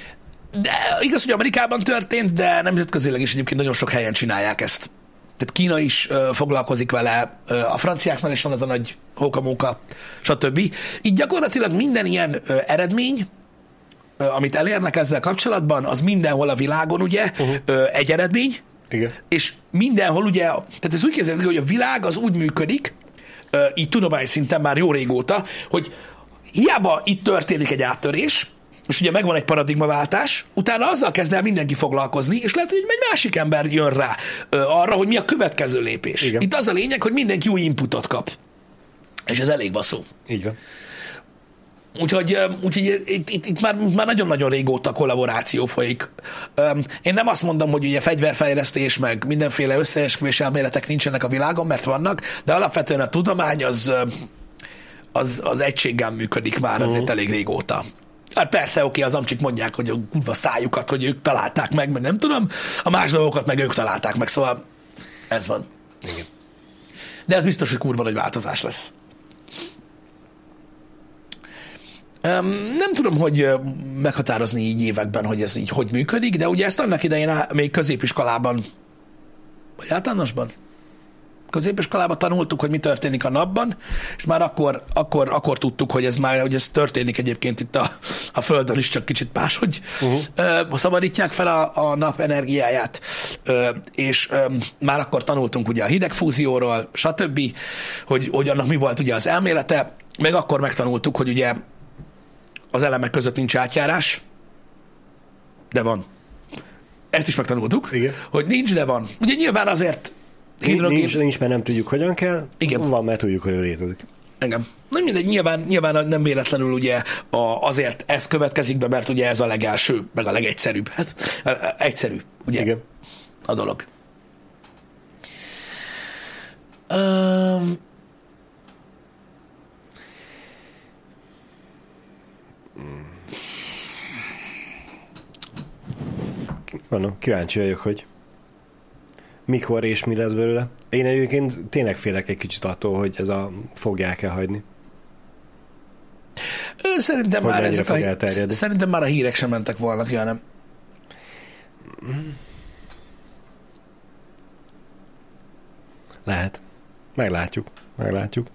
de igaz, hogy Amerikában történt, de nemzetközileg is egyébként nagyon sok helyen csinálják ezt. Tehát Kína is ö, foglalkozik vele, ö, a franciáknál is van ez a nagy hókamóka, stb. Így gyakorlatilag minden ilyen ö, eredmény, ö, amit elérnek ezzel kapcsolatban, az mindenhol a világon ugye uh-huh. ö, egy eredmény, Igen. és mindenhol ugye, tehát ez úgy képzeljük, hogy a világ az úgy működik, ö, így tudományos szinten már jó régóta, hogy hiába itt történik egy áttörés, és ugye megvan egy paradigmaváltás, utána azzal kezd el mindenki foglalkozni, és lehet, hogy egy másik ember jön rá ö, arra, hogy mi a következő lépés. Igen. Itt az a lényeg, hogy mindenki új inputot kap. És ez elég baszó. Így van. Úgyhogy, ö, úgyhogy itt, itt, itt már, már nagyon-nagyon régóta kollaboráció folyik. Öm, Én nem azt mondom, hogy ugye fegyverfejlesztés, meg mindenféle összeesküvés elméletek nincsenek a világon, mert vannak, de alapvetően a tudomány az, ö, az, az egységgel működik már azért uh-huh. elég régóta. Hát persze, oké, az amcsik mondják, hogy a kurva szájukat, hogy ők találták meg, meg nem tudom, a más dolgokat meg ők találták meg, szóval ez van. Igen. De ez biztos, hogy kurva nagy változás lesz. Um, nem tudom, hogy ö, meghatározni így években, hogy ez így hogy működik, de ugye ezt annak idején á- még középiskolában, vagy általánosban? Középiskolában tanultuk, hogy mi történik a napban, és már akkor, akkor, akkor tudtuk, hogy ez már hogy ez történik egyébként itt a, a Földön is, csak kicsit máshogy uh-huh. uh, szabadítják fel a, a nap energiáját, uh, és um, már akkor tanultunk ugye a hidegfúzióról, stb., hogy, hogy annak mi volt ugye az elmélete, meg akkor megtanultuk, hogy ugye az elemek között nincs átjárás, de van. Ezt is megtanultuk, Igen. hogy nincs, de van. Ugye nyilván azért hidrogén... Nincs, nincs, mert nem tudjuk, hogyan kell. Igen. Van, mert tudjuk, hogy létezik. Igen. Na mindegy, nyilván, nyilván nem véletlenül ugye a, azért ez következik be, mert ugye ez a legelső, meg a legegyszerűbb. Hát egyszerű, ugye? Igen. A dolog. Um, Mondom, kíváncsi vagyok, hogy mikor és mi lesz belőle. Én egyébként tényleg félek egy kicsit attól, hogy ez a fogják-e hagyni. Szerintem Hogy már mennyire ezek fog a, elterjedni? szerintem már a hírek sem mentek volna ki, hanem Lehet. Meglátjuk. Meglátjuk.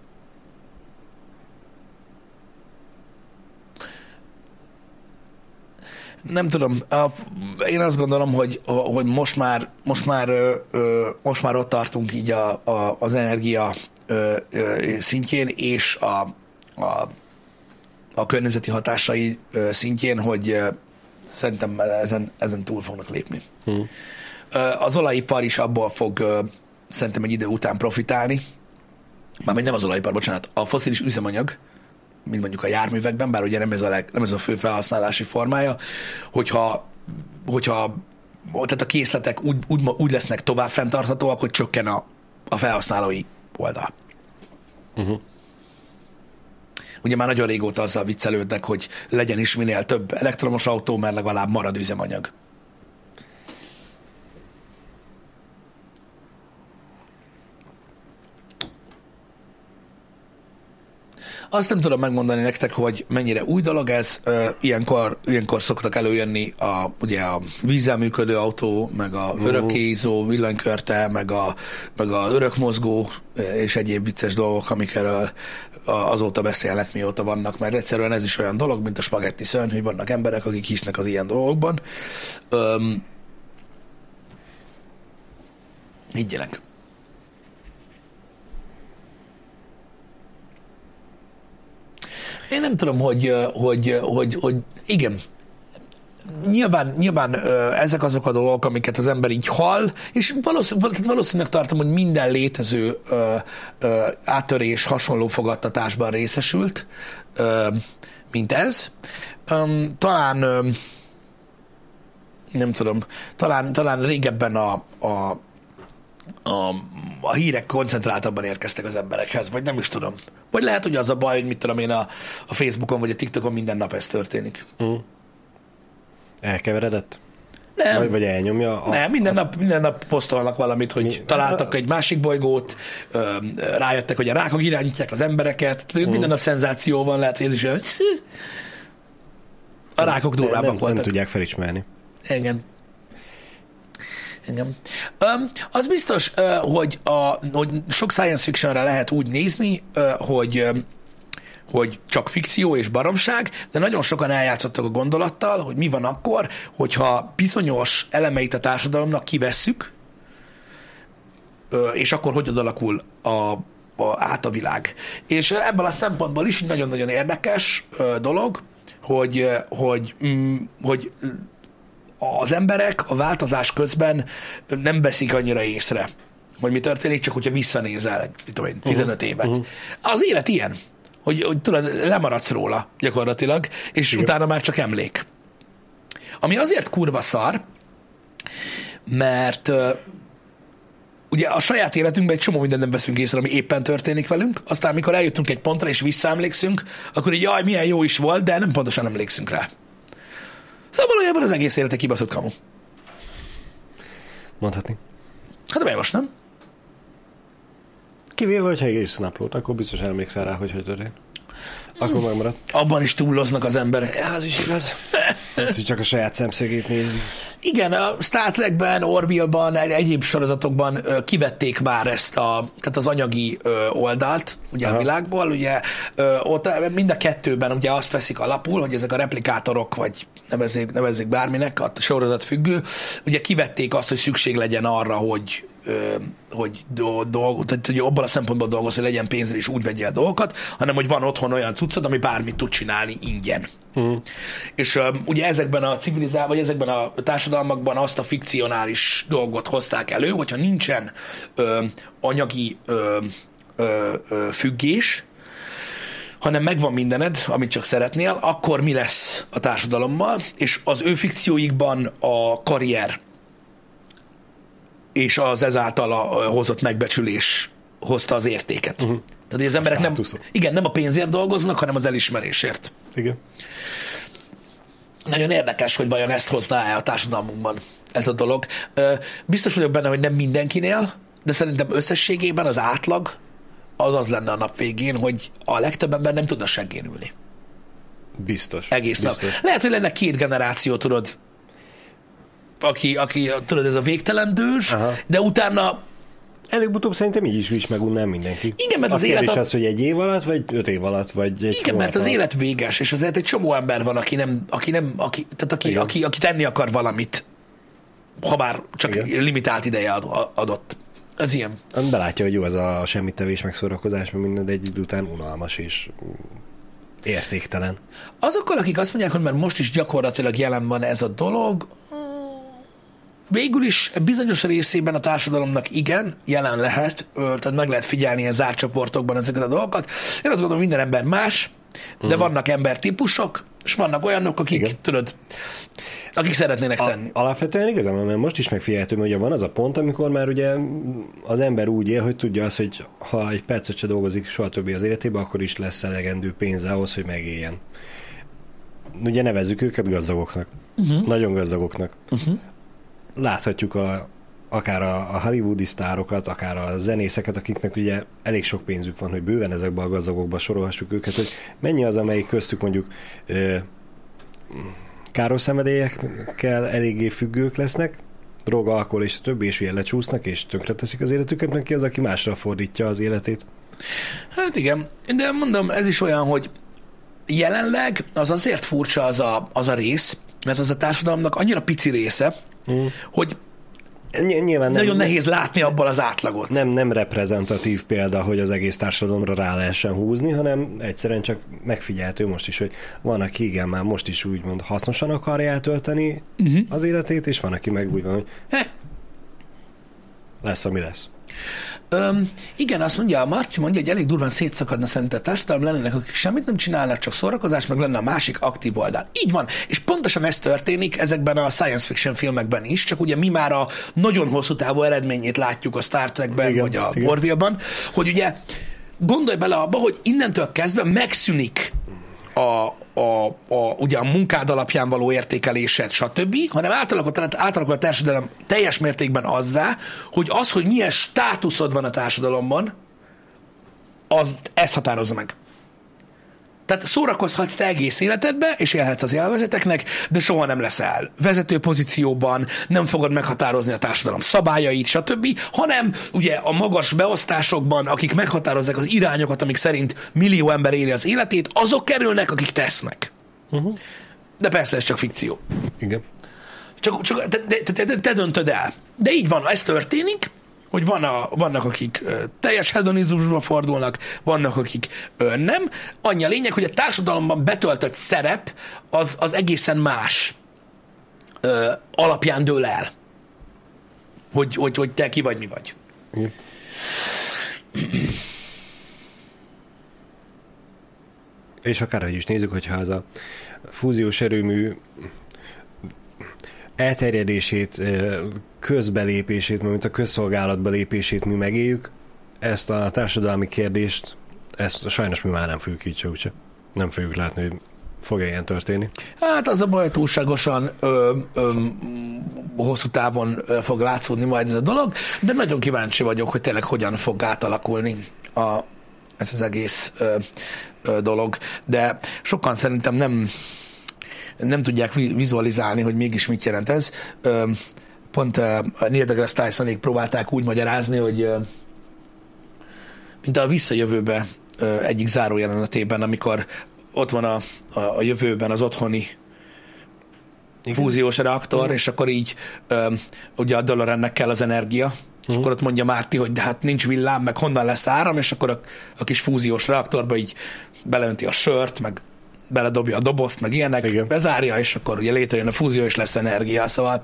nem tudom, a, én azt gondolom, hogy, hogy most már, most már, ö, most már ott tartunk így a, a, az energia ö, ö, szintjén és a, a, a környezeti hatásai ö, szintjén, hogy ö, szerintem ezen, ezen túl fognak lépni. Hmm. Az olajipar is abból fog ö, szerintem egy idő után profitálni, mármint nem az olajipar, bocsánat, a fosszilis üzemanyag, mint mondjuk a járművekben, bár ugye nem ez a, leg, nem ez a fő felhasználási formája, hogyha, hogyha tehát a készletek úgy, úgy, úgy lesznek tovább fenntarthatóak, hogy csökken a, a felhasználói oldal. Uh-huh. Ugye már nagyon régóta azzal viccelődnek, hogy legyen is minél több elektromos autó, mert legalább marad üzemanyag. Azt nem tudom megmondani nektek, hogy mennyire új dolog ez. Ilyenkor, ilyenkor szoktak előjönni a, ugye a vízzel működő autó, meg a örökkézó villanykörte, meg a, meg a örökmozgó és egyéb vicces dolgok, amikről azóta beszélnek, mióta vannak, mert egyszerűen ez is olyan dolog, mint a spagetti szörny, hogy vannak emberek, akik hisznek az ilyen dolgokban. Öm, higgyenek. Én nem tudom, hogy, hogy, hogy, hogy igen, Nyilván, nyilván ö, ezek azok a dolgok, amiket az ember így hall, és valószínűleg, valószínűleg tartom, hogy minden létező ö, ö, áttörés hasonló fogadtatásban részesült, ö, mint ez. Ö, talán, ö, nem tudom, talán, talán régebben a, a, a, a hírek koncentráltabban érkeztek az emberekhez, vagy nem is tudom. Vagy lehet, hogy az a baj, hogy mit tudom én a, a Facebookon vagy a TikTokon minden nap ez történik. Mm. Elkeveredett? Nem. Vagy, vagy elnyomja? A, Nem, minden nap, minden nap posztolnak valamit, hogy Mi? találtak egy másik bolygót, rájöttek, hogy a rákok irányítják az embereket, uh. minden nap szenzáció van, lehet, hogy ez is olyan... A rákok durvábbak nem, voltak. Nem tudják felismerni. Igen. Igen. Um, az biztos, uh, hogy, a, hogy sok science fictionre lehet úgy nézni, uh, hogy um, hogy csak fikció és baromság, de nagyon sokan eljátszottak a gondolattal, hogy mi van akkor, hogyha bizonyos elemeit a társadalomnak kivesszük, és akkor hogyan alakul a, a, át a világ. És ebből a szempontból is nagyon-nagyon érdekes dolog, hogy, hogy, hogy az emberek a változás közben nem veszik annyira észre, hogy mi történik, csak hogyha visszanézel, mit tudom én, tizenöt évet. Uh-huh. Az élet ilyen. Hogy, hogy tudod, lemaradsz róla gyakorlatilag, és igen, utána már csak emlék. Ami azért kurva szar, mert uh, ugye a saját életünkben egy csomó mindent nem veszünk észre, ami éppen történik velünk, aztán amikor eljutunk egy pontra és visszaemlékszünk, akkor így jaj, milyen jó is volt, de nem pontosan emlékszünk rá. Szóval valójában az egész élet egy kibaszott kamu. Mondhatni. Hát de most nem? Kivéve, hogyha egész naplót, akkor biztos emlékszel rá, hogy hogy történt. Akkor hmm. megmarad. Abban is túlloznak az emberek. Ja, az is igaz. Tehát, hogy csak a saját szemszögét nézni. Igen, a Star Trekben, Orville-ban, egyéb sorozatokban kivették már ezt a, tehát az anyagi oldalt ugye a világból. Ugye, ott mind a kettőben ugye azt veszik alapul, hogy ezek a replikátorok, vagy nevezzék, nevezzék bárminek, a sorozat függő, ugye kivették azt, hogy szükség legyen arra, hogy hogy, dolg, tehát, hogy abban a szempontból dolgoz, hogy legyen pénzre és úgy vegyél dolgokat, hanem hogy van otthon olyan cuccod, ami bármit tud csinálni ingyen. Uh-huh. És um, ugye ezekben a civilizál, vagy ezekben a társadalmakban azt a fikcionális dolgot hozták elő, hogyha nincsen ö, anyagi ö, ö, ö, függés, hanem megvan mindened, amit csak szeretnél, akkor mi lesz a társadalommal, és az ő fikcióikban a karrier és az ezáltal a hozott megbecsülés hozta az értéket. Uh-huh. Tehát, hogy az emberek nem, igen, nem a pénzért dolgoznak, hanem az elismerésért. Igen. Nagyon érdekes, hogy vajon ezt hozná-e a társadalmunkban ez a dolog. Biztos vagyok benne, hogy nem mindenkinél, de szerintem összességében az átlag az az lenne a nap végén, hogy a legtöbb ember nem tudna seggén ülni. Biztos. Egész biztos. nap. Lehet, hogy lenne két generáció, tudod, aki, aki tudod, ez a végtelen dős, aha, de utána... Előbb-utóbb szerintem így is is megunnám mindenki. Igen, mert a az élet... A... az, hogy egy év alatt, vagy öt év alatt, vagy egy igen, mert az alatt. Élet véges, és azért egy csomó ember van, aki nem, aki nem, aki, tehát aki, aki, aki tenni akar valamit, ha bár csak igen, limitált ideje adott. Ez ilyen. Belátja, hogy jó ez a semmittevés, megszórakozás, mert minden, egy idő után unalmas és értéktelen. Azokkal, akik azt mondják, hogy már most is gyakorlatilag jelen van ez a dolog, végül is bizonyos részében a társadalomnak igen, jelen lehet, tehát meg lehet figyelni ilyen zárt csoportokban ezeket a dolgokat. Én azt gondolom, minden ember más, de uh-huh, vannak embertípusok, és vannak olyanok, akik, igen, tudod, akik szeretnének tenni. A, alapvetően igazán, mert most is megfigyelhető, hogy van az a pont, amikor már ugye az ember úgy él, hogy tudja azt, hogy ha egy percet se dolgozik soha többé az életében, akkor is lesz elegendő pénz ahhoz, hogy megéljen. Ugye nevezzük őket gazdagoknak. Uh-huh. Nagyon gazdagoknak. Uh-huh. Láthatjuk a, akár a, a hollywoodi sztárokat, akár a zenészeket, akiknek ugye elég sok pénzük van, hogy bőven ezekbe a gazdagokba sorolhassuk őket, hogy mennyi az, amelyik köztük mondjuk ö, káros szenvedélyekkel eléggé függők lesznek, drog, alkohol és a többi, és ugye lecsúsznak, és tönkreteszik az életüket, meg ki az, aki másra fordítja az életét. Hát igen, de mondom, ez is olyan, hogy jelenleg az azért furcsa az a, az a rész, mert az a társadalomnak annyira pici része, mm. hogy Ny- nyilván nem, nagyon nehéz látni abból az átlagot. Nem, nem reprezentatív példa, hogy az egész társadalomra rá lehessen húzni, hanem egyszerűen csak megfigyelhető most is, hogy van, aki igen, már most is úgymond hasznosan akarja eltölteni uh-huh. az életét, és van, aki meg úgy van, hogy heh, lesz, ami lesz. Öm, igen, azt mondja, a Marci mondja, hogy elég durván szétszakadna szerintem a társadalom, lennének, akik semmit nem csinálnak, csak szórakozás, meg lenne a másik aktív oldal. Így van, és pontosan ez történik ezekben a science fiction filmekben is, csak ugye mi már a nagyon hosszú távú eredményét látjuk a Star Trekben, igen, vagy a Orville-ban, hogy ugye gondolj bele abba, hogy innentől kezdve megszűnik a, a, a, ugye a munkád alapján való értékelésed, stb., hanem átalakul, átalakul a társadalom teljes mértékben azzá, hogy az, hogy milyen státuszod van a társadalomban, az ezt határozza meg. Tehát szórakozhatsz te egész életedbe, és élhetsz az élvezeteknek, de soha nem leszel vezető pozícióban, nem fogod meghatározni a társadalom szabályait, stb., hanem ugye a magas beosztásokban, akik meghatározzák az irányokat, amik szerint millió ember éli az életét, azok kerülnek, akik tesznek. Uh-huh. De persze ez csak fikció. Igen. Csak, csak te, te, te, te döntöd el. De így van, ez történik, hogy van a, vannak, akik ö, teljes hedonizmusba fordulnak, vannak, akik ö, nem. Annyi a lényeg, hogy a társadalomban betöltött szerep az, az egészen más ö, alapján dől el. Hogy, hogy, hogy te ki vagy, mi vagy. Igen. És akárhogy is nézzük, hogyha az a fúziós erőmű elterjedését, közbelépését, mint a közszolgálatba lépését mi megéljük, ezt a társadalmi kérdést, ezt sajnos mi már nem fogjuk így se, úgyse. Nem fogjuk látni, hogy fog-e ilyen történni. Hát az a baj, túlságosan ö, ö, hosszú távon ö, fog látszódni majd ez a dolog, de nagyon kíváncsi vagyok, hogy tényleg hogyan fog átalakulni a, ez az egész ö, ö, dolog, de sokan szerintem nem nem tudják vizualizálni, hogy mégis mit jelent ez. Pont Neil deGrasse Tysonék próbálták úgy magyarázni, hogy mint a Visszajövőbe egyik zárójelenetében, amikor ott van a, a, a jövőben az otthoni igen. fúziós reaktor, igen. és akkor így ugye a Dolorennek kell az energia, és uh-huh. akkor ott mondja Márti, hogy de hát nincs villám, meg honnan lesz áram, és akkor a, a kis fúziós reaktorba így beleönti a sört, meg beledobja a dobozt, meg ilyenek, igen. bezárja, és akkor ugye létrejön a fúzió, és lesz energia, szóval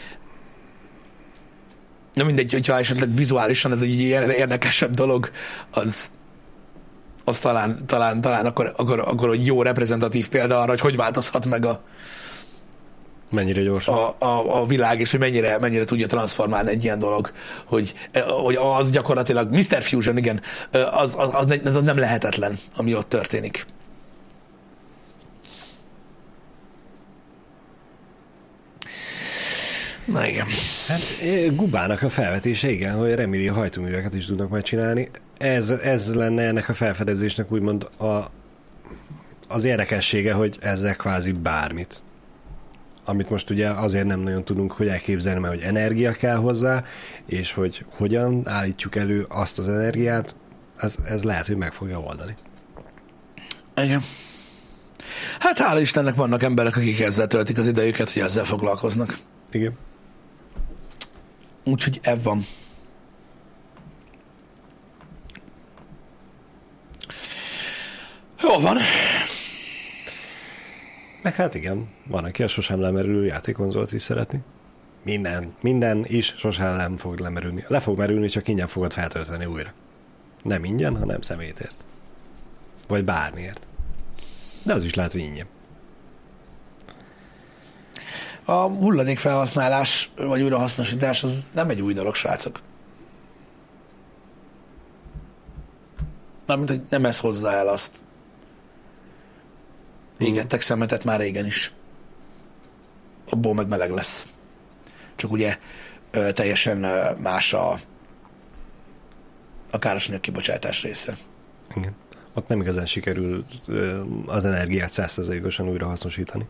na mindegy, hogyha esetleg vizuálisan ez egy ilyen érdekesebb dolog, az, az talán, talán, talán akkor, akkor, akkor egy jó reprezentatív példa arra, hogy hogy változhat meg a mennyire gyorsan. A, a, a világ, és hogy mennyire, mennyire tudja transformálni egy ilyen dolog, hogy, hogy az gyakorlatilag miszter Fusion, igen, az, az, az, az nem lehetetlen, ami ott történik. Na igen. Hát Gubának a felvetése, igen, hogy reméli a hajtóműveket is tudnak majd csinálni. Ez, ez lenne ennek a felfedezésnek úgymond a, az érdekessége, hogy ezzel kvázi bármit. Amit most ugye azért nem nagyon tudunk, hogy elképzelni, mert hogy energia kell hozzá, és hogy hogyan állítjuk elő azt az energiát, ez, ez lehet, hogy meg fogja oldani. Igen. Hát hála Istennek vannak emberek, akik ezzel töltik az idejüket, hogy ezzel foglalkoznak. Igen. Úgyhogy ebb van. Jó van. Meg hát igen, van, aki a sosem lemerülő játékkonzolt is szeretni. Minden, minden is sosem nem fog lemerülni. Le fog merülni, csak ingyen fogod feltölteni újra. Nem ingyen, hanem szemétért. Vagy bármiért. De az is lehet, hogy ingyen. A hulladék felhasználás, vagy újrahasznosítás, az nem egy új dolog, srácok. Mármint, hogy nem ez hozzá el azt. Égettek szemetet már régen is. Abból meg meleg lesz. Csak ugye ö, teljesen ö, más a, a károsanyag kibocsátás része. Igen. Ott nem igazán sikerül ö, az energiát száz százalékosan újra hasznosítani.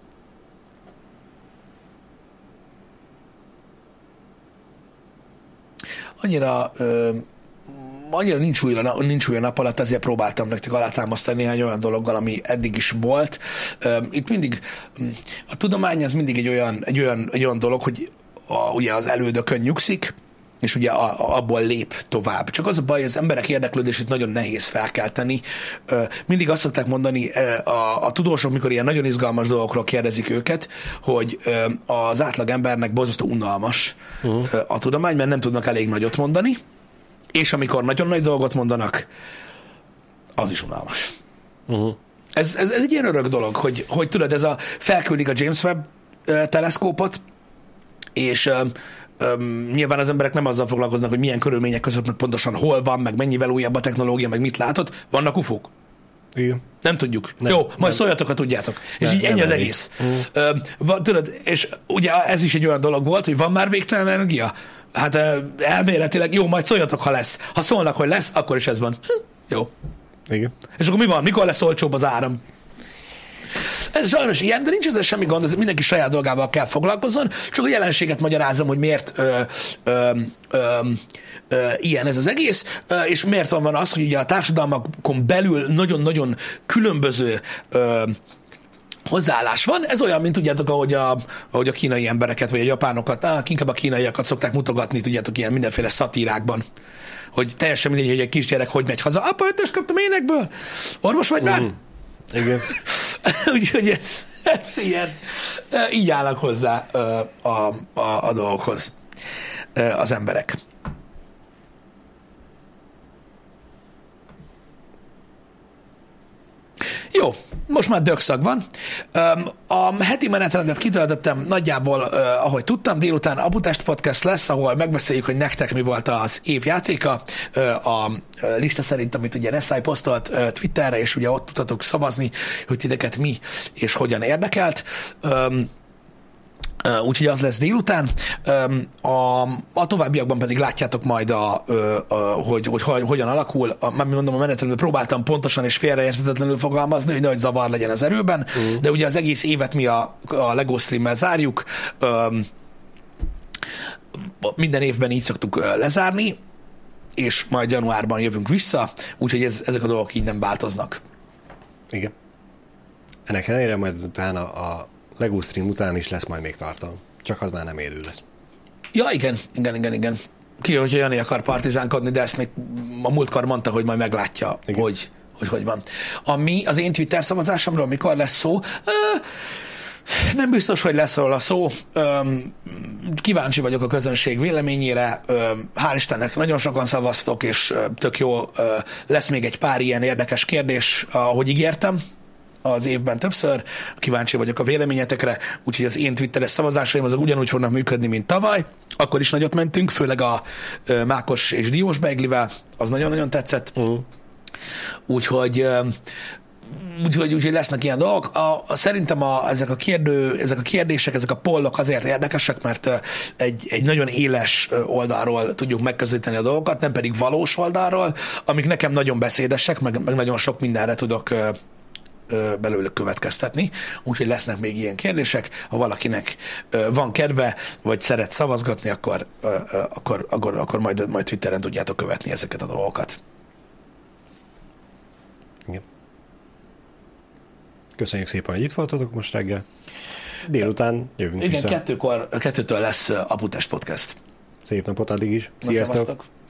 Annyira ö, annyira nincs új, nincs új a nap alatt, ezért próbáltam nektek alátámasztani néhány olyan dologgal, ami eddig is volt. Itt mindig, a tudomány az mindig egy olyan, egy olyan, egy olyan dolog, hogy a, ugye az elődökön nyugszik, és ugye a, a, abból lép tovább. Csak az a baj, hogy az emberek érdeklődését nagyon nehéz felkelteni. Mindig azt szokták mondani a, a tudósok, mikor ilyen nagyon izgalmas dolgokról kérdezik őket, hogy az átlag embernek borzasztó unalmas uh-huh. a tudomány, mert nem tudnak elég nagyot mondani, és amikor nagyon nagy dolgot mondanak, az is unalmas. Uh-huh. Ez, ez, ez egy ilyen örök dolog, hogy, hogy tudod, ez a felküldik a James Webb teleszkópot, és Um, nyilván az emberek nem azzal foglalkoznak, hogy milyen körülmények között meg pontosan hol van, meg mennyivel újabb a technológia, meg mit látott. Vannak ufók? Igen. Nem tudjuk. Nem, Jó, majd nem. szóljatok, ha tudjátok. És Nem, így ennyi nem az elég. egész. Uh. Um, van, tudod, és ugye ez is egy olyan dolog volt, hogy van már végtelen energia? Hát uh, elméletileg, jó, majd szóljatok, ha lesz. Ha szólnak, hogy lesz, akkor is ez van. Hm, jó. Igen. És akkor mi van? Mikor lesz olcsóbb az áram? Ez sajnos ilyen, de nincs ezzel semmi gond, ez mindenki saját dolgával kell foglalkozzon, csak a jelenséget magyarázom, hogy miért ö, ö, ö, ö, ilyen ez az egész, ö, és miért van, van az, hogy ugye a társadalmakon belül nagyon-nagyon különböző ö, hozzáállás van. Ez olyan, mint tudjátok, ahogy a, ahogy a kínai embereket, vagy a japánokat, á, inkább a kínaiakat szokták mutogatni, tudjátok, ilyen mindenféle szatírákban, hogy teljesen mindegy, hogy egy kisgyerek hogy megy haza. Apa, ötös kaptam énekből. Orvos vagy már? Mm. Igen. Úgyhogy ez, ez ilyen, így állnak hozzá a, a, a dolgokhoz az emberek. Jó, most már dögszag van. A heti menetrendet kitöltöttem nagyjából, ahogy tudtam, délután a Budapest Podcast lesz, ahol megbeszéljük, hogy nektek mi volt az év játéka. A lista szerint, amit ugye Nessai posztolt Twitterre, és ugye ott tudtatok szavazni, hogy titeket mi és hogyan érdekelt. Uh, úgyhogy az lesz délután. Um, a, a továbbiakban pedig látjátok majd, a, a, a, hogy, hogy, hogy hogyan alakul. A, már mondom, a menetrendben próbáltam pontosan és félreérthetetlenül fogalmazni, hogy nagy zavar legyen az erőben, uh-huh. de ugye az egész évet mi a, a Lego Streammel zárjuk. Um, minden évben így szoktuk lezárni, és majd januárban jövünk vissza, úgyhogy ez, ezek a dolgok így nem változnak. Igen. Ennek ellenére majd utána a Lego Stream után is lesz majd még tartalom. Csak az már nem élő lesz. Ja, igen, igen, igen, igen. Ki, hogyha Jani akar partizánkodni, de ezt még a múltkor mondta, hogy majd meglátja, hogy, hogy hogy van. Ami az én Twitter szavazásomról mikor lesz szó, nem biztos, hogy lesz róla szó. Kíváncsi vagyok a közönség véleményére. Hál' Istennek nagyon sokan szavaztok, és tök jó. Lesz még egy pár ilyen érdekes kérdés, ahogy ígértem az évben többször. Kíváncsi vagyok a véleményetekre, úgyhogy az én twitteres szavazásaim azok ugyanúgy fognak működni, mint tavaly. Akkor is nagyot mentünk, főleg a mákos és diós beiglivel, az nagyon-nagyon tetszett. Uh-huh. Úgyhogy Úgyhogy, úgyhogy lesznek ilyen dolgok. A, a, szerintem a, ezek, a kérdő, ezek a kérdések, ezek a pollok azért érdekesek, mert egy, egy nagyon éles oldalról tudjuk megközelíteni a dolgokat, nem pedig valós oldalról, amik nekem nagyon beszédesek, meg, meg nagyon sok mindenre tudok ö, ö, belőlük következtetni. Úgyhogy lesznek még ilyen kérdések. Ha valakinek ö, van kedve, vagy szeret szavazgatni, akkor, ö, ö, akkor, akkor, akkor majd, majd Twitteren tudjátok követni ezeket a dolgokat. Igen. Köszönjük szépen, hogy itt voltatok most reggel. Délután jövünk Igen, vissza. kettőkor, kettőtől lesz a Budapest Podcast. Szép napot addig is. Sziasztok! Szevasztok.